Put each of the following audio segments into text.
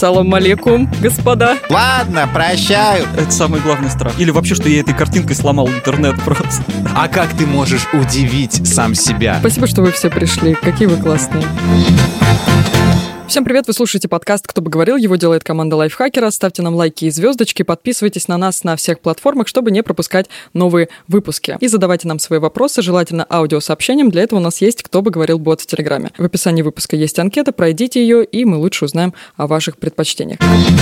Салам алейкум, господа. Ладно, прощаю. Это самый главный страх. Или вообще, что я этой картинкой сломал интернет просто. А как ты можешь удивить сам себя? Спасибо, что вы все пришли. Какие вы классные. Всем привет, вы слушаете подкаст «Кто бы говорил», его делает команда Лайфхакера. Ставьте нам лайки и звездочки, подписывайтесь на нас на всех платформах, чтобы не пропускать новые выпуски. И задавайте нам свои вопросы, желательно аудиосообщением. Для этого у нас есть «Кто бы говорил» бот в Телеграме. В описании выпуска есть анкета, пройдите ее, и мы лучше узнаем о ваших предпочтениях.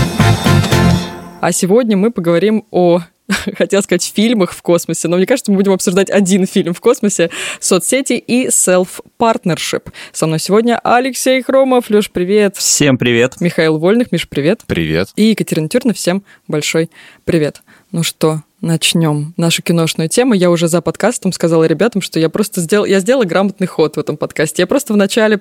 А сегодня мы поговорим о... Хотела сказать, фильмах в космосе, но мне кажется, мы будем обсуждать один фильм в космосе, соцсети и self-partnership. Со мной сегодня Алексей Хромов. Лёш, привет. Всем привет. Михаил Вольных. Миш, привет. Привет. И Екатерина Тюрина. Всем большой привет. Ну что, начнем нашу киношную тему. Я уже за подкастом сказала ребятам, что я сделала грамотный ход в этом подкасте. Я просто вначале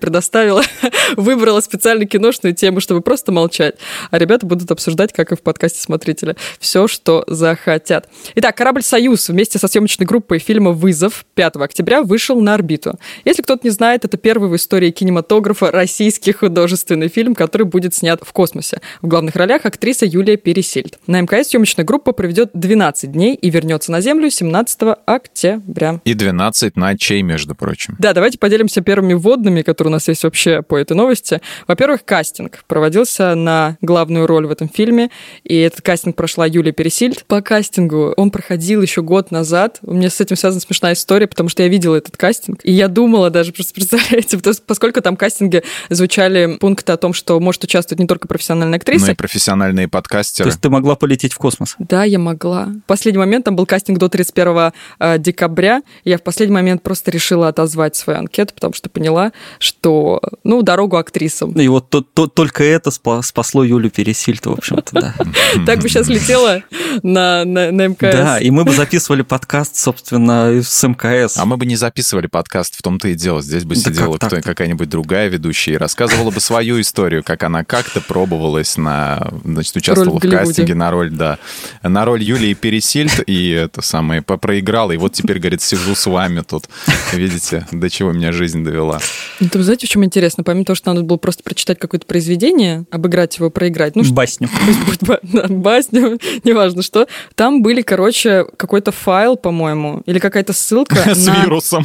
выбрала специально киношную тему, чтобы просто молчать. А ребята будут обсуждать, как и в подкасте смотрителя, все, что захотят. Итак, корабль «Союз» вместе со съемочной группой фильма «Вызов» 5 октября вышел на орбиту. Если кто-то не знает, это первый в истории кинематографа российский художественный фильм, который будет снят в космосе. В главных ролях актриса Юлия Пересильд. На МКС съемочная группа проведет 12 дней и вернется на Землю 17 октября. И 12 ночей, между прочим. Да, давайте поделимся первыми вводными, которые у нас есть вообще по этой новости. Во-первых, кастинг проводился на главную роль в этом фильме, и этот кастинг прошла Юлия Пересильд. По кастингу он проходил еще год назад. У меня с этим связана смешная история, потому что я видела этот кастинг, и я думала даже, просто представляете, поскольку там в кастинге звучали пункты о том, что может участвовать не только профессиональная актриса, но и профессиональные подкастеры. То есть ты могла полететь в космос? Да, я могла. В последний момент, там был кастинг до 31 декабря, и я в последний момент просто решила отозвать свою анкету, потому что поняла, что, дорогу актрисам. И вот только это спасло Юлю Пересильд, в общем-то, да. Так бы сейчас летела на МКС. Да, и мы бы записывали подкаст, собственно, с МКС. А мы бы не записывали подкаст, в том-то и дело. Здесь бы сидела какая-нибудь другая ведущая и рассказывала бы свою историю, как она как-то пробовалась участвовала в кастинге на роль Юлии Пересильд, и проиграла, и вот теперь, говорит, сижу с вами тут. Видите, до чего меня жизнь довела. Вы знаете, в чем интересно? Помимо того, что надо было просто прочитать какое-то произведение, обыграть его, проиграть. Басню. Пусть будет басню, неважно что. Там были, какой-то файл, по-моему, или какая-то ссылка с вирусом.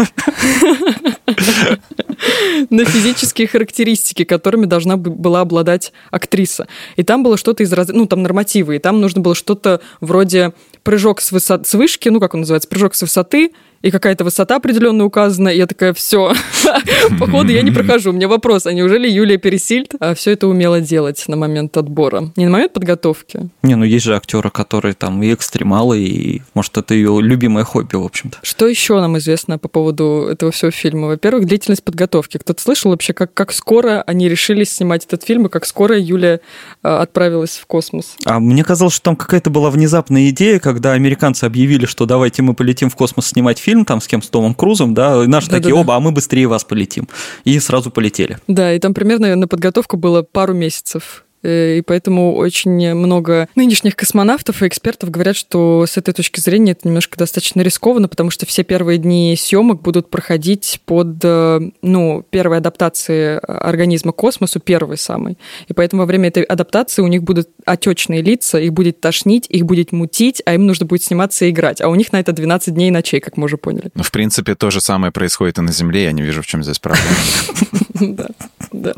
На физические характеристики, которыми должна была обладать актриса. И там было что-то из там нормативы, и там нужно было что-то вроде прыжок с вышки, как он называется, прыжок с высоты, и какая-то высота определенно указана, и я такая, все, походу я не прохожу. У меня вопрос, а неужели Юлия Пересильд все это умела делать на момент отбора? Не на момент подготовки? Есть же актеры, которые там и экстремалы, и, может, это ее любимое хобби, в общем-то. Что еще нам известно по поводу этого всего фильма? Во-первых, длительность подготовки. Кто-то слышал вообще, как скоро они решились снимать этот фильм, и как скоро Юлия отправилась в космос? А мне казалось, что там какая-то была внезапная идея, когда американцы объявили, что давайте мы полетим в космос снимать фильм, там с кем, с Томом Крузом, да, и наши такие, оба, а мы быстрее вас полетим. И сразу полетели. Да, и там примерно на подготовку было пару месяцев. И поэтому очень много нынешних космонавтов и экспертов говорят, что с этой точки зрения это немножко достаточно рискованно, потому что все первые дни съемок будут проходить под, первой адаптации организма к космосу, первой самой. И поэтому во время этой адаптации у них будут отечные лица, их будет тошнить, их будет мутить, а им нужно будет сниматься и играть. А у них на это 12 дней и ночей, как мы уже поняли. В принципе, то же самое происходит и на Земле, я не вижу, в чем здесь проблема. Да.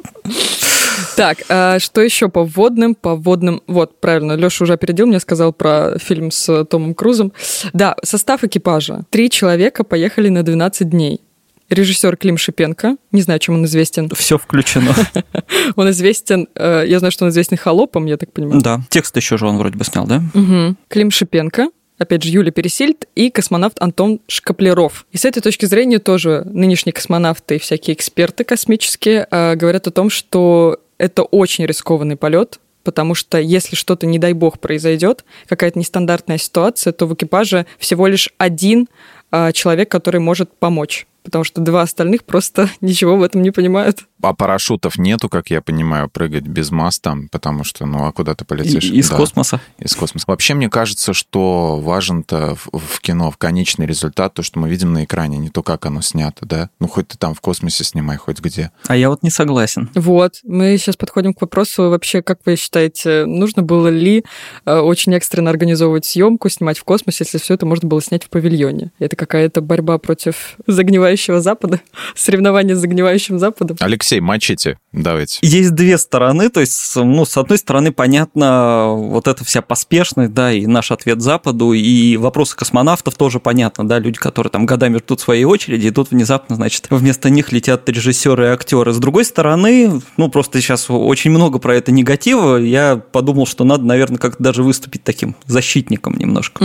Так, что еще по вводным? Вот, правильно, Леша уже опередил, мне сказал про фильм с Томом Крузом. Да, состав экипажа. 3 человека поехали на 12 дней. Режиссер Клим Шипенко, не знаю, чем он известен. Все включено. Он известен, я знаю, что он известен «Холопом», я так понимаю. Да, текст еще же он вроде бы снял, да? Угу. Клим Шипенко, опять же, Юлия Пересильд и космонавт Антон Шкапляров. И с этой точки зрения тоже нынешние космонавты и всякие эксперты космические говорят о том, что это очень рискованный полет, потому что если что-то, не дай бог, произойдет, какая-то нестандартная ситуация, то в экипаже всего лишь один человек, который может помочь. потому что 2 остальных просто ничего в этом не понимают. А парашютов нету, как я понимаю, прыгать без масс там, потому что, а куда ты полетишь? Из космоса. Из космоса. Вообще, мне кажется, что важен-то в кино, в конечный результат, то, что мы видим на экране, не то, как оно снято, да? Хоть ты там в космосе снимай, хоть где. А я вот не согласен. Вот, мы сейчас подходим к вопросу, вообще, как вы считаете, нужно было ли очень экстренно организовывать съемку, снимать в космосе, если все это можно было снять в павильоне? Это какая-то борьба против загнивающего Запада? Соревнования с загнивающим Западом? Алексей, мочите, давайте. Есть 2 стороны, то есть, с одной стороны, понятно, вот эта вся поспешность, да, и наш ответ Западу, и вопросы космонавтов тоже понятно, да, люди, которые там годами ждут своей очереди, и тут внезапно, значит, вместо них летят режиссеры и актеры. С другой стороны, просто сейчас очень много про это негатива, я подумал, что надо, наверное, как-то даже выступить таким защитником немножко.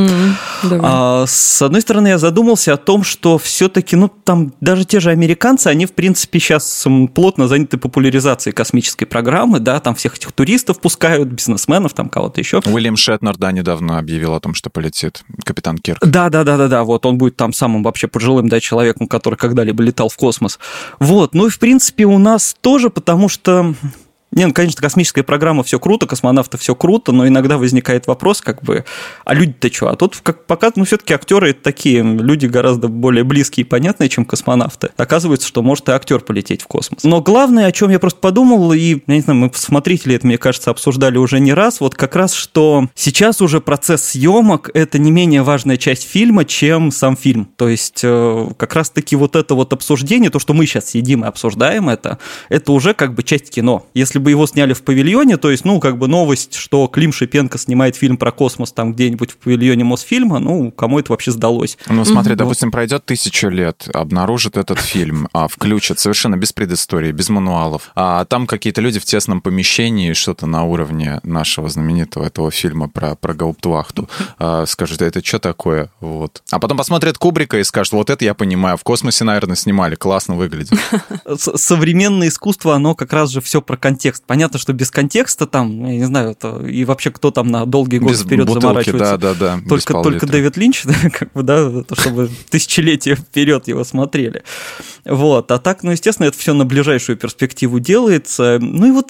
С одной стороны, я задумался о том, что все-таки, там даже те же американцы, они, в принципе, сейчас плотно заняты популяризацией космической программы, да, там всех этих туристов пускают, бизнесменов, там кого-то еще. Уильям Шетнер, да, недавно объявил о том, что полетит капитан Кирк. Да, вот он будет там самым вообще пожилым, да, человеком, который когда-либо летал в космос. Вот, и в принципе у нас тоже, потому что... конечно, космическая программа, все круто, космонавты, все круто, но иногда возникает вопрос, а люди-то что? А тут пока, все-таки актеры это такие люди гораздо более близкие и понятные, чем космонавты. Оказывается, что может и актер полететь в космос. Но главное, о чем я просто подумал, и, я не знаю, мы смотрители это, мне кажется, обсуждали уже не раз, вот как раз, что сейчас уже процесс съемок – это не менее важная часть фильма, чем сам фильм. То есть, как раз-таки вот это вот обсуждение, то, что мы сейчас сидим и обсуждаем это уже часть кино. Если бы его сняли в павильоне, то есть, новость, что Клим Шипенко снимает фильм про космос там где-нибудь в павильоне Мосфильма, кому это вообще сдалось? Смотри, допустим, пройдет 1000 лет, обнаружат этот фильм, включат совершенно без предыстории, без мануалов, а там какие-то люди в тесном помещении, что-то на уровне нашего знаменитого этого фильма про Гауптвахту, скажут, это что такое? Вот. А потом посмотрят Кубрика и скажут, вот это я понимаю, в космосе, наверное, снимали, классно выглядит. Современное искусство, оно как раз же все про контекст. Понятно, что без контекста там, я не знаю, и вообще кто там на долгий год вперед заморачивается. Да. Только Дэвид Линч, чтобы тысячелетия вперед его смотрели. Вот. А так, естественно, это все на ближайшую перспективу делается.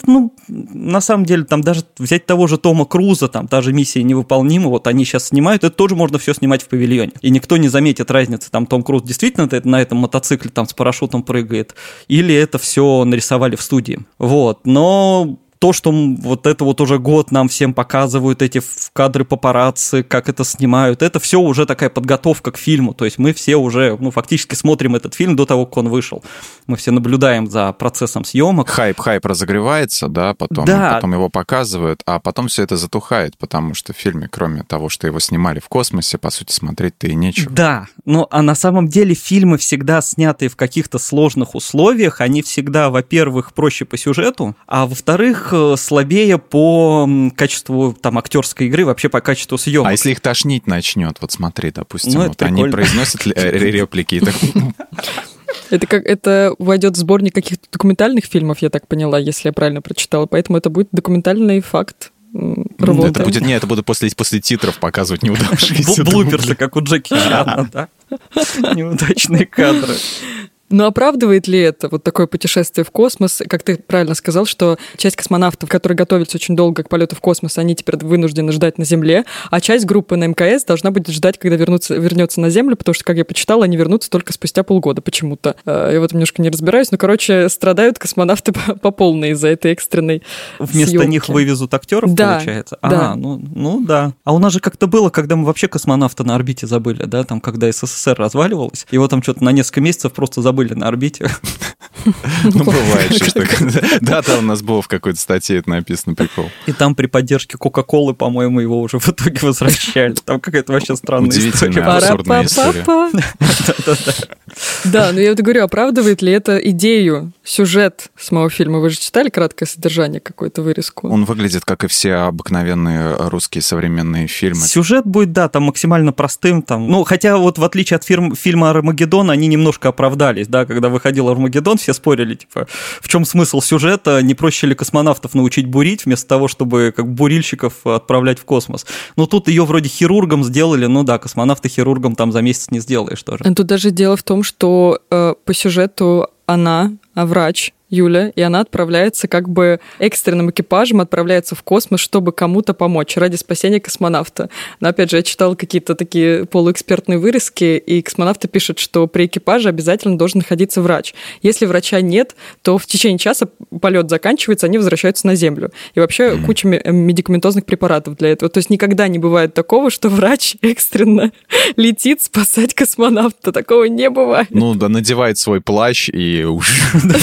На самом деле, там даже взять того же Тома Круза, там та же «Миссия невыполнима», вот они сейчас снимают, это тоже можно все снимать в павильоне. И никто не заметит разницы, там Том Круз действительно на этом мотоцикле там с парашютом прыгает, или это все нарисовали в студии. Вот. Но то, что вот это вот уже год нам всем показывают, эти кадры папарацци, как это снимают, это все уже такая подготовка к фильму. То есть мы все уже, фактически смотрим этот фильм до того, как он вышел. Мы все наблюдаем за процессом съемок. Хайп разогревается, да, потом его показывают, а потом все это затухает, потому что в фильме, кроме того, что его снимали в космосе, по сути, смотреть-то и нечего. Да, а на самом деле фильмы, всегда снятые в каких-то сложных условиях, они всегда, во-первых, проще по сюжету, а во-вторых, слабее по качеству там актерской игры, вообще по качеству съемок. А если их тошнить начнет, вот смотри, допустим, они произносят реплики. Это войдет в сборник каких-то документальных фильмов, я так поняла, если я правильно прочитала, поэтому это будет документальный факт. Это буду после титров показывать неудавшиеся. Блуперсы, как у Джеки Чана, да? Неудачные кадры. Но оправдывает ли это вот такое путешествие в космос? Как ты правильно сказал, что часть космонавтов, которые готовятся очень долго к полету в космос, они теперь вынуждены ждать на Земле, а часть группы на МКС должна будет ждать, когда вернется на Землю, потому что, как я почитала, они вернутся только спустя полгода почему-то. Я в этом немножко не разбираюсь, но, страдают космонавты по полной из-за этой экстренной Вместо съемки. Них вывезут актеров, получается? Да. Да. А у нас же как-то было, когда мы вообще космонавта на орбите забыли, да, там, когда СССР разваливалось, его там что-то на несколько месяцев просто забыли на орбите. Бывает, что да, там у нас было в какой-то статье это написано, прикол. И там при поддержке Кока-Колы, по-моему, его уже в итоге возвращали. Там какая-то вообще странная история. Удивительная, абсурдная история. Да, но я вот говорю, оправдывает ли это идею, сюжет самого фильма? Вы же читали краткое содержание, какую-то вырезку? Он выглядит, как и все обыкновенные русские современные фильмы. Сюжет будет, да, там максимально простым. Хотя вот в отличие от фильма «Армагеддон», они немножко оправдались, да, когда выходил «Армагеддон», все спорили, типа, в чем смысл сюжета, не проще ли космонавтов научить бурить, вместо того, чтобы как бурильщиков отправлять в космос. Но тут ее вроде хирургом сделали, космонавта хирургом там за месяц не сделаешь тоже. Тут даже дело в том, что по сюжету она, врач, Юля, и она отправляется как бы экстренным экипажем, отправляется в космос, чтобы кому-то помочь ради спасения космонавта. Но, опять же, я читала какие-то такие полуэкспертные вырезки, и космонавты пишут, что при экипаже обязательно должен находиться врач. Если врача нет, то в течение часа полет заканчивается, они возвращаются на Землю. И вообще куча медикаментозных препаратов для этого. То есть никогда не бывает такого, что врач экстренно летит спасать космонавта. Такого не бывает. Ну, да, надевает свой плащ и уж...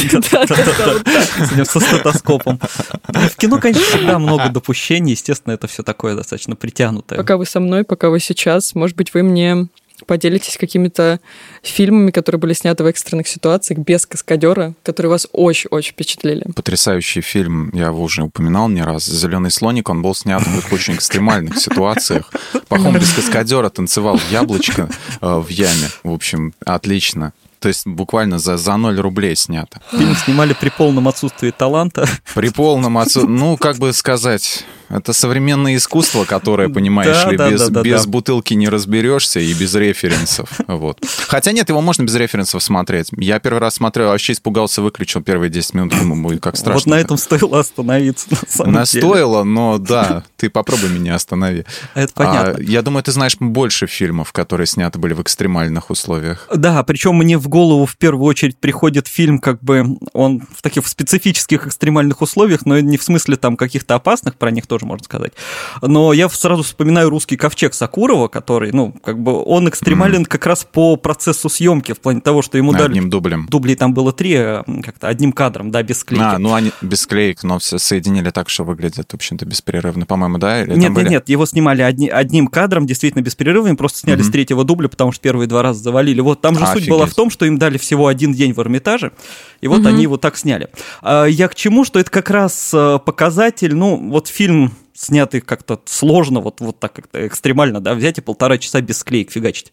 Со стетоскопом. В кино, конечно, всегда много допущений. Естественно, это все такое достаточно притянутое. Пока вы со мной, пока вы сейчас, может быть, вы мне поделитесь какими-то фильмами, которые были сняты в экстренных ситуациях без каскадера, которые вас очень-очень впечатлили. Потрясающий фильм, я его уже упоминал не раз. «Зеленый слоник», он был снят в очень экстремальных ситуациях. Пахом без каскадера танцевал яблочко в яме. В общем, отлично. То есть буквально за 0 рублей снято. Фильм снимали при полном отсутствии таланта. При полном отсутствии, ну, как бы сказать... Это современное искусство, которое, понимаешь ли, без бутылки не разберешься и без референсов. Вот. Хотя нет, его можно без референсов смотреть. Я первый раз смотрел, вообще испугался, выключил первые 10 минут, думаю, как страшно. Вот на этом стоило остановиться, на самом деле. Стоило, но да, ты попробуй меня останови. Это понятно. Я думаю, ты знаешь больше фильмов, которые сняты были в экстремальных условиях. Да, причем мне в голову в первую очередь приходит фильм, как бы он в таких специфических экстремальных условиях, но не в смысле там каких-то опасных, про них тоже можно сказать. Но я сразу вспоминаю «Русский ковчег» Сакурова, который, ну, как бы он экстремален как раз по процессу съемки, в плане того, что ему дали... Одним дублем. Дублей там было 3, как-то одним кадром, да, без склейки. Ну они без склеек, но все соединили так, что выглядит, в общем-то, беспрерывно, по-моему, да? Или нет, его снимали одним кадром, действительно беспрерывно, просто сняли с 3-го дубля, потому что первые 2 раза завалили. Вот там же суть была в том, что им дали всего 1 день в Эрмитаже, и вот они его так сняли. Я к чему? Что это как раз показатель, ну, вот фильм... снятый как-то сложно, вот так как-то экстремально, да, взять и 1,5 часа без склеек фигачить.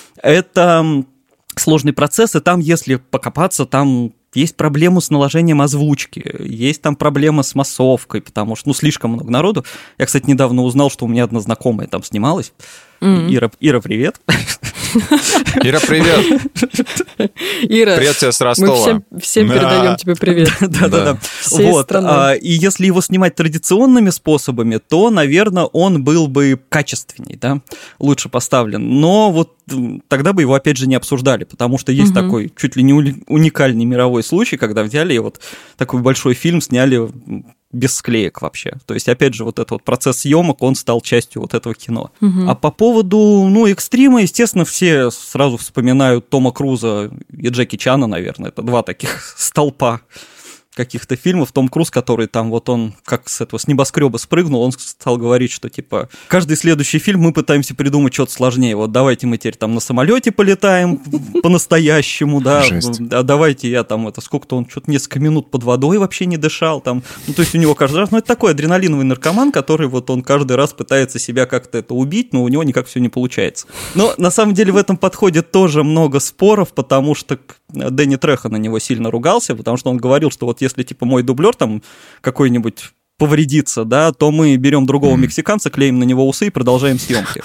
Это сложный процесс, и там, если покопаться, там есть проблемы с наложением озвучки, есть там проблема с массовкой, потому что, ну, слишком много народу. Я, кстати, недавно узнал, что у меня одна знакомая там снималась. Ира, привет. Ира, привет. Ира, привет тебе с Ростова. Мы всем передаем тебе привет. Да. Вот. И если его снимать традиционными способами, то, наверное, он был бы качественней, да, лучше поставлен. Но вот тогда бы его, опять же, не обсуждали, потому что есть такой чуть ли не уникальный мировой случай, когда взяли и вот такой большой фильм сняли без склеек вообще. То есть, опять же, вот этот вот процесс съемок, он стал частью вот этого кино. А по поводу, ну, экстрима, естественно, все сразу вспоминают Тома Круза и Джеки Чана, наверное. Это 2 таких столпа каких-то фильмов. Том Круз, который там вот он как с небоскреба спрыгнул, он стал говорить, что типа каждый следующий фильм мы пытаемся придумать что-то сложнее. Вот давайте мы теперь там на самолете полетаем по-настоящему, да, а давайте я там сколько-то он что-то несколько минут под водой вообще не дышал там. Ну, то есть у него каждый раз, ну, это такой адреналиновый наркоман, который вот он каждый раз пытается себя как-то убить, но у него никак все не получается. Но на самом деле в этом подходе тоже много споров, потому что Дэнни Трехо на него сильно ругался, потому что он говорил, что вот если, типа, мой дублер там какой-нибудь повредится, да, то мы берем другого мексиканца, клеим на него усы и продолжаем съемки.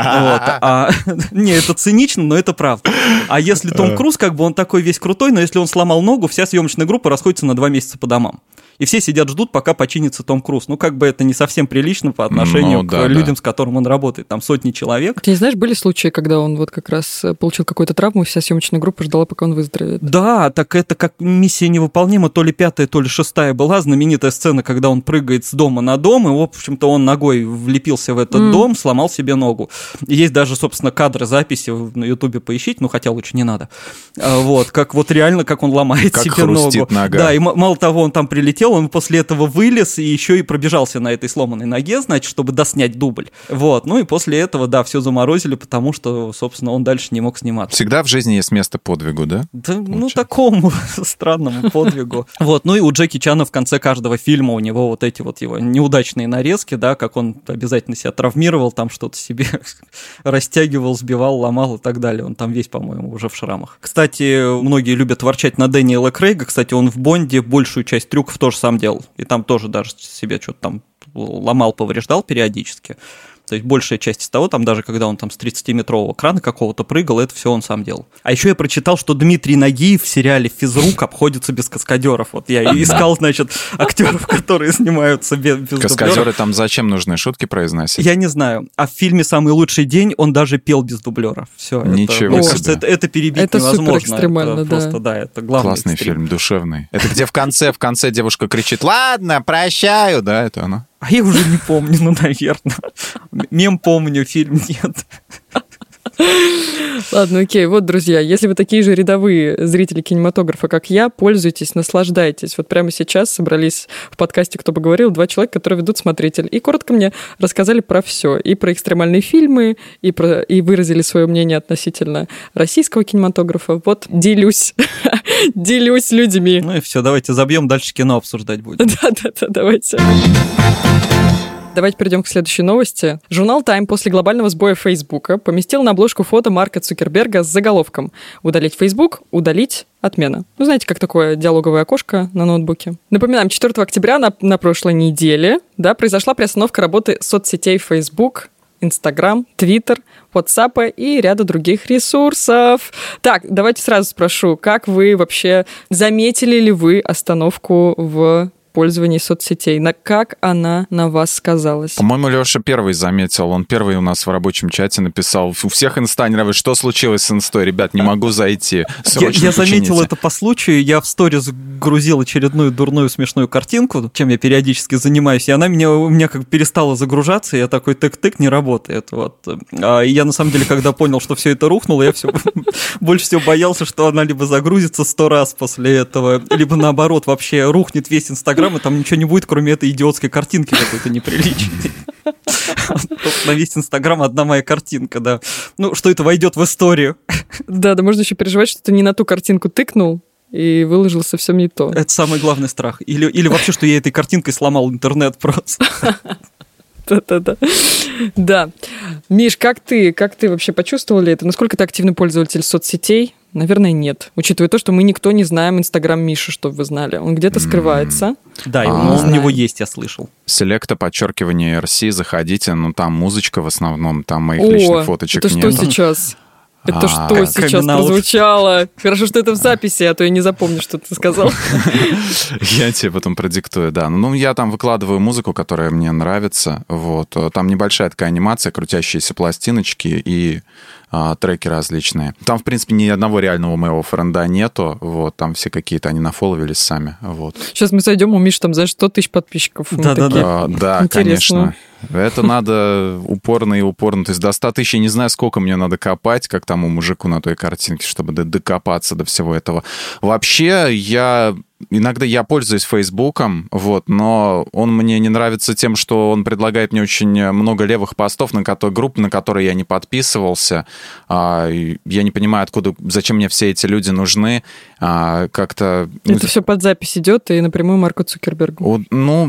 Не, это цинично, но это правда. А если Том Круз, как бы он такой весь крутой, но если он сломал ногу, вся съемочная группа расходится на 2 месяца по домам. И все сидят, ждут, пока починится Том Круз. Ну, как бы это не совсем прилично по отношению к людям, с которыми он работает. Там сотни человек. Ты не знаешь, были случаи, когда он вот как раз получил какую-то травму, и вся съемочная группа ждала, пока он выздоровеет? Да, так это как «Миссия невыполнима», то ли 5-я, то ли 6-я была знаменитая сцена, когда он прыгает с дома на дом, и, в общем-то, он ногой влепился в этот дом, сломал себе ногу. И есть даже, собственно, кадры записи, на Ютубе поищите, ну, хотя лучше не надо. Вот, как вот реально, как он ломает как себе ногу. Нога. Да, и мало того, он там прилетел, он после этого вылез и еще и пробежался на этой сломанной ноге, значит, чтобы доснять дубль. Вот, ну и после этого, да, все заморозили, потому что, собственно, он дальше не мог сниматься. Всегда в жизни есть место подвигу, да? Да, ну, такому странному подвигу. Вот, ну и у Джеки Чана в конце каждого фильма у него вот эти вот его неудачные нарезки, да, как он обязательно себя травмировал, там что-то себе растягивал, сбивал, ломал и так далее. Он там весь, по-моему, уже в шрамах. Кстати, многие любят ворчать на Дэниела Крейга. Кстати, он в «Бонде» большую часть трюков тоже сам делал. И там тоже даже себе что-то там ломал, повреждал периодически. То есть большая часть из того, там даже когда он там с 30-метрового крана какого-то прыгал, это все он сам делал. А еще я прочитал, что Дмитрий Нагиев в сериале «Физрук» обходится без каскадеров. Вот я искал, значит, актеров, которые снимаются без дублеров. Каскадеры там зачем нужны? Шутки произносить? Я не знаю. А в фильме «Самый лучший день» он даже пел без дублера. Все. Ничего мне себе. кажется, это перебить это невозможно. Это супер экстремально, да. Просто, да, это главный классный экстрим. Фильм, душевный. Это где в конце девушка кричит: «Ладно, прощаю», да, это оно? А я уже не помню, ну, наверное. Мем помню, фильм нет. Ладно, окей, вот, друзья, если вы такие же рядовые зрители кинематографа, как я, пользуйтесь, наслаждайтесь. Вот прямо сейчас собрались в подкасте «Кто бы говорил» 2 человека, которые ведут «Смотритель», и коротко мне рассказали про все. И про экстремальные фильмы, и выразили свое мнение относительно российского кинематографа. Вот, делюсь людьми. Ну и все, давайте забьем, дальше кино обсуждать будем. Да, давайте. Давайте перейдем к следующей новости. Журнал Time после глобального сбоя Фейсбука поместил на обложку фото Марка Цукерберга с заголовком «Удалить Facebook, удалить, отмена». Ну, знаете, как такое диалоговое окошко на ноутбуке. Напоминаем, 4 октября на прошлой неделе, да, произошла приостановка работы соцсетей Facebook, Instagram, Twitter, WhatsApp и ряда других ресурсов. Так, давайте сразу спрошу, как вы вообще, заметили ли вы остановку в пользовании соцсетей? Как она на вас сказалась? По-моему, Леша первый заметил. Он первый у нас в рабочем чате написал: у всех инстанеров, что случилось с инстой? Ребят, не могу зайти. Я заметил это по случаю. Я в сторис грузил очередную дурную смешную картинку, чем я периодически занимаюсь, и она у меня как перестала загружаться, и я такой тык-тык, не работает. Вот. И я на самом деле, когда понял, что все это рухнуло, я больше всего боялся, что она либо загрузится 100 раз после этого, либо наоборот, вообще рухнет весь Инстаграм, и там ничего не будет, кроме этой идиотской картинки какой-то неприличной. На весь Инстаграм одна моя картинка, да. Ну, что это войдет в историю. Да, можно еще переживать, что ты не на ту картинку тыкнул и выложил совсем не то. Это самый главный страх. Или вообще, что я этой картинкой сломал интернет просто. Да. Да. Миш, как ты вообще почувствовал ли это? Насколько ты активный пользователь соцсетей? Наверное, нет. Учитывая то, что мы никто не знаем Инстаграм Миши, чтобы вы знали. Он где-то скрывается. Да, он у него есть, я слышал. Селекта, подчеркивание, RC, заходите, ну там музычка в основном, там моих личных фоточек нет. Это что сейчас? Это что сейчас прозвучало? Хорошо, что это в записи, а то я не запомню, что ты сказал. Я тебе потом продиктую, да. Ну, я там выкладываю музыку, которая мне нравится. Вот. Там небольшая такая анимация, крутящиеся пластиночки и треки различные. Там, в принципе, ни одного реального моего френда нету. Вот. Там все какие-то, они нафоловились сами. Вот. Сейчас мы зайдем, у Миши там, знаешь, 100 тысяч подписчиков. Да, конечно. Это надо упорно. То есть до 100 тысяч я не знаю, сколько мне надо копать, как тому мужику на той картинке, чтобы докопаться до всего этого. Вообще, иногда я пользуюсь Фейсбуком, вот, но он мне не нравится тем, что он предлагает мне очень много левых постов, групп, на которые я не подписывался. Я не понимаю, зачем мне все эти люди нужны. Как-то... Это все под запись идет и напрямую Марку Цукербергу.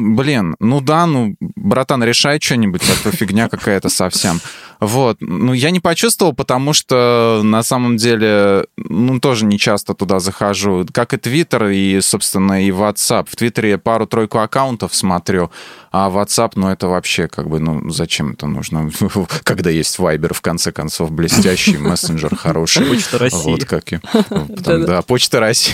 Братан, решай что-нибудь, а то фигня какая-то совсем. Вот. Я не почувствовал, потому что на самом деле, тоже не часто туда захожу. Как и Twitter, и, собственно, и WhatsApp. В Твиттере я пару-тройку аккаунтов смотрю, а WhatsApp, это вообще зачем это нужно? Когда есть Viber, в конце концов, блестящий мессенджер, хороший. Почта России. Вот как и... Да, Почта России.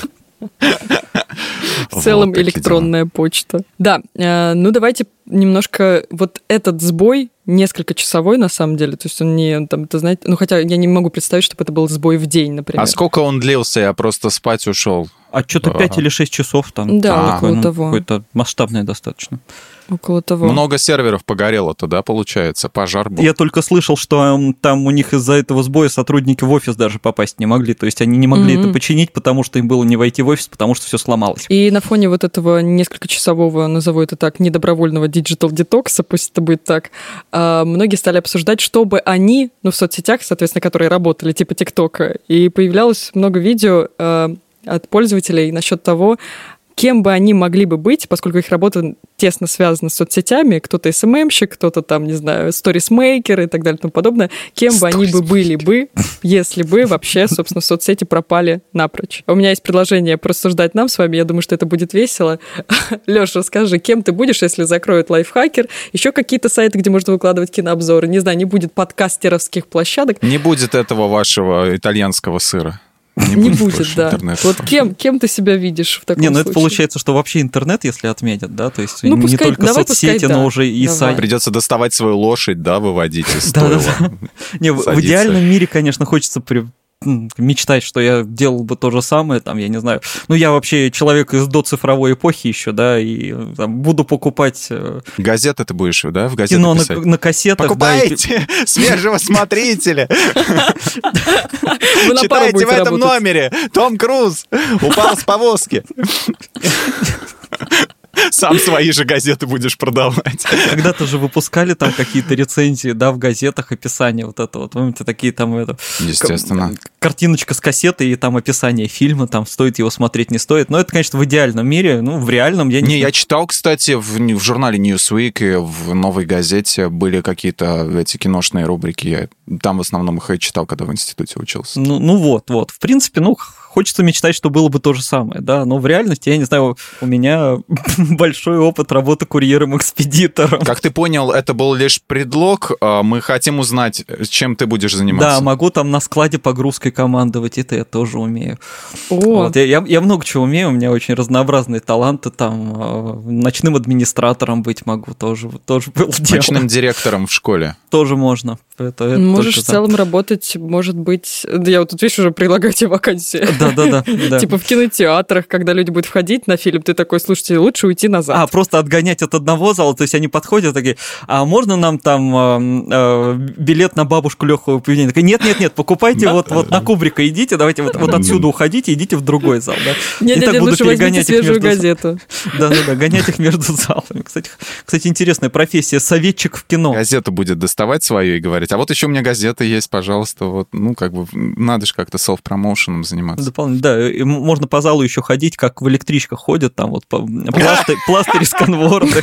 В целом электронная почта. Да, давайте немножко... Вот этот сбой несколько часовой, на самом деле. То есть он не... хотя я не могу представить, чтобы это был сбой в день, например. А сколько он длился? Я просто спать ушел. А что-то 5 или 6 часов там. Да, около того. Какое-то масштабное достаточно. Около того. Много серверов погорело-то, да, получается? Пожар был. Я только слышал, что там у них из-за этого сбоя сотрудники в офис даже попасть не могли. То есть они не могли это починить, потому что им было не войти в офис, потому что все сломалось. И на фоне вот этого несколькочасового, назову это так, недобровольного диджитал детокса, пусть это будет так, многие стали обсуждать, чтобы они, в соцсетях, соответственно, которые работали, типа ТикТока, и появлялось много видео от пользователей насчет того, кем бы они могли бы быть, поскольку их работа тесно связана с соцсетями, кто-то СММщик, кто-то там, не знаю, сторисмейкер и так далее и тому подобное, кем бы они бы были бы, если бы вообще, собственно, соцсети пропали напрочь. У меня есть предложение порассуждать нам с вами, я думаю, что это будет весело. Лёша, расскажи, кем ты будешь, если закроют Лайфхакер, еще какие-то сайты, где можно выкладывать кинообзоры, не знаю, не будет подкастеровских площадок. Не будет этого вашего итальянского сыра. Не будет, да. Вот кем ты себя видишь в таком случае? Это получается, что вообще интернет, если отменят, да, то есть не только соцсети, но уже и сайт. Придется доставать свою лошадь, да, выводить из стойла. Не, в идеальном мире, конечно, хочется мечтать, что я делал бы то же самое, там, я не знаю. Я вообще человек из доцифровой эпохи еще, да, и там, буду покупать... Газеты ты будешь, да, в газетах кино писать? на кассетах. Покупайте свежего смотрителя! Читайте в этом номере! Том Круз упал с повозки! Сам свои же газеты будешь продавать. Когда-то же выпускали там какие-то рецензии, да, в газетах, описание вот это вот. Помните, такие там... Естественно. Картиночка с кассеты и там описание фильма, там стоит его смотреть, не стоит. Но это, конечно, в идеальном мире, в реальном я не знаю. Я читал, кстати, в журнале Newsweek и в «Новой газете» были какие-то эти киношные рубрики. Я там в основном их и читал, когда в институте учился. Вот. В принципе, хочется мечтать, что было бы то же самое, да, но в реальности, я не знаю, у меня большой опыт работы курьером-экспедитором. Как ты понял, это был лишь предлог, мы хотим узнать, чем ты будешь заниматься. Да, могу там на складе погрузкой командовать, это я тоже умею. Вот, я много чего умею, у меня очень разнообразные таланты, там, ночным администратором быть могу, тоже было дело. Ночным директором в школе. Тоже можно. Можешь в целом работать, может быть... Я вот тут, видишь, уже предлагаю тебе вакансию. Да. Типа в кинотеатрах, когда люди будут входить на фильм, ты такой, слушайте, лучше уйти назад. Просто отгонять от одного зала, то есть они подходят такие, а можно нам там билет на бабушку легкого поведения? Нет, покупайте вот на Кубрика идите, давайте вот отсюда уходите, идите в другой зал. Нет, лучше возьмите свежую газету. Да, гонять их между залами. Кстати, интересная профессия, советчик в кино. Газету будет доставать свою и говорить, а вот еще у меня газета есть, пожалуйста, вот, надо же как-то селф-промоушеном заниматься. Дополнительно, да, и можно по залу еще ходить, как в электричках ходят, там вот пластырь сканворды.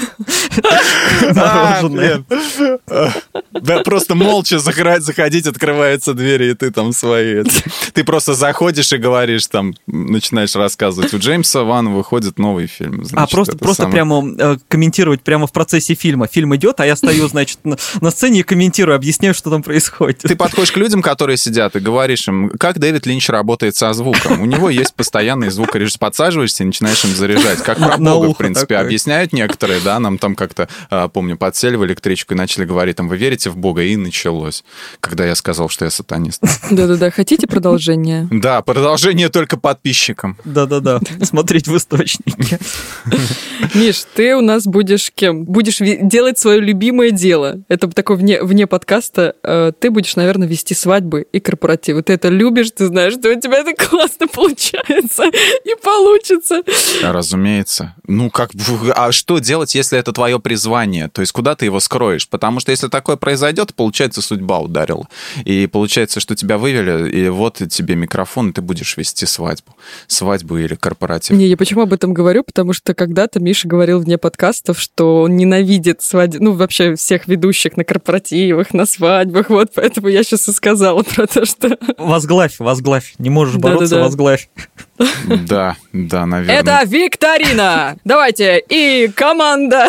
Да, просто молча заходить, открываются двери, и ты там свои. Ты просто заходишь и говоришь, там, начинаешь рассказывать. У Джеймса Вана выходит новый фильм. Просто прямо комментировать прямо в процессе фильма. Фильм идет, а я стою, значит, на сцене и комментирую, объясняю, что там происходит. Ты подходишь к людям, которые сидят, и говоришь им, как Дэвид Линч работает со звуком. У него есть постоянный звукорежиссер. Подсаживаешься и начинаешь им заряжать. Как про Бога, в принципе, объясняют некоторые, да, нам там как-то, помню, подсели в электричку и начали говорить, там, вы верите в Бога? И началось, когда я сказал, что я сатанист. Да-да-да, хотите продолжение? Да, продолжение только подписчикам. Да-да-да, смотреть в источнике. Миш, ты у нас будешь кем? Будешь делать свое любимое дело. Это такое вне подкаста. Ты будешь, наверное, вести свадьбы и корпоративы. Ты это любишь, ты знаешь, что у тебя это классно получается и получится. Разумеется. А что делать, если это твое призвание? То есть куда ты его скроешь? Потому что если такое произойдет, получается, судьба ударила. И получается, что тебя вывели, и вот тебе микрофон, и ты будешь вести свадьбу. Свадьбу или корпоратив. Я почему об этом говорю? Потому что когда-то Миша говорил вне подкастов, что он ненавидит свадьбу, вообще всех ведущих на корпоративах, на свадьбах. Вот поэтому я сейчас и сказала про то, что... Возглавь. Не можешь бороться, возглавь. Да, наверное. Это викторина! Давайте, и команда!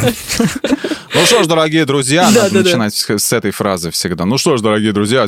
Ну что ж, дорогие друзья, надо начинать с этой фразы всегда. Ну что ж, дорогие друзья,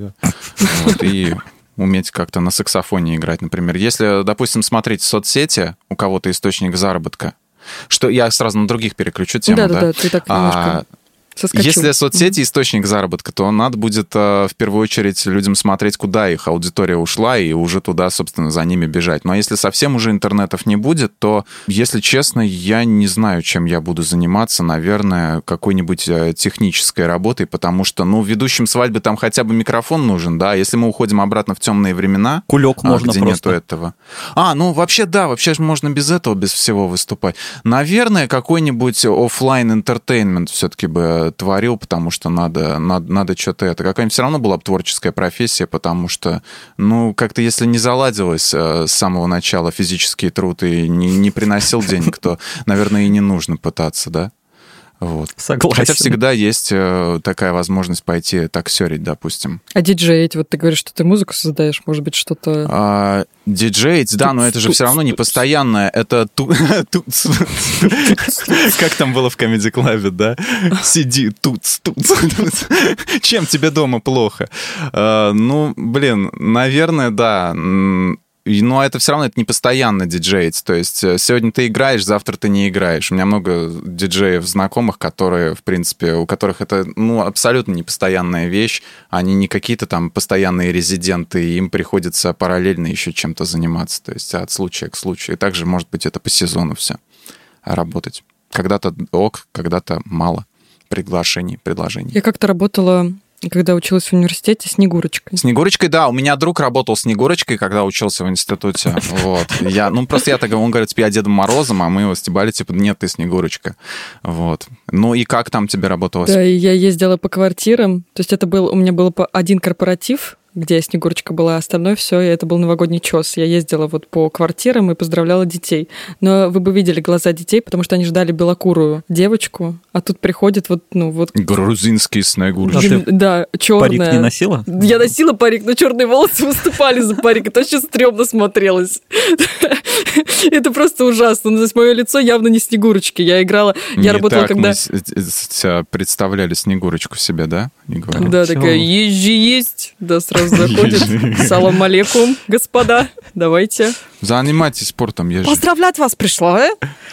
и уметь как-то на саксофоне играть, например. Если, допустим, смотреть соцсети, у кого-то источник заработка, что я сразу на других переключу тему, да, ты так немножко... Соскочу. Если соцсети источник заработка, то надо будет в первую очередь людям смотреть, куда их аудитория ушла, и уже туда, собственно, за ними бежать. Но если совсем уже интернетов не будет, то, если честно, я не знаю, чем я буду заниматься. Наверное, какой-нибудь технической работой, потому что, ведущим свадьбы там хотя бы микрофон нужен, да. Если мы уходим обратно в темные времена, кулек можно где просто. нету этого. Вообще можно без этого, без всего выступать. Наверное, какой-нибудь офлайн-энтертейнмент все-таки бы что-то творил, потому что надо что-то это. Какая-нибудь все равно была бы творческая профессия, потому что, ну, как-то если не заладилось с самого начала физический труд и не приносил денег, то, наверное, и не нужно пытаться, да? Вот. Согласен. Хотя всегда есть такая возможность пойти таксерить, допустим. А диджеить, вот ты говоришь, что ты музыку создаешь, может быть, что-то... Диджеить, да, но это же все равно не постоянное. Это как там было в Comedy Club, да? Сиди, туц. Чем тебе дома плохо? Ну, блин, наверное, да. Но это все равно это не постоянно диджеить. То есть сегодня ты играешь, завтра ты не играешь. У меня много диджеев знакомых, которые, в принципе, у которых это абсолютно непостоянная вещь. Они не какие-то там постоянные резиденты, и им приходится параллельно еще чем-то заниматься. То есть от случая к случаю. И также, может быть, это по сезону все работать. Когда-то ок, когда-то мало предложений. Я как-то работала... Когда училась в университете, Снегурочкой. Снегурочкой, да. У меня друг работал Снегурочкой, когда учился в институте. Вот. Он говорит, типа, я Дедом Морозом, а мы его стебали, типа, нет, ты Снегурочка. Вот. Ну и как там тебе работалось? Да, и я ездила по квартирам. То есть у меня был один корпоратив, где Снегурочка была, остальное все, и это был новогодний чес. Я ездила вот по квартирам и поздравляла детей. Но вы бы видели глаза детей, потому что они ждали белокурую девочку, а тут приходит вот... Грузинский Снегурочка. Да, черная. Парик не носила? Я носила парик, но черные волосы выступали за парик. Это очень стрёмно смотрелось. Это просто ужасно. То есть мое лицо явно не Снегурочки. Я играла... Я работала, когда... Мы представляли Снегурочку себе, да? Да, такая, есть. Да, сразу заходит. Салам алейкум, господа. Давайте. Занимайтесь спортом, езжи. Поздравлять вас пришла,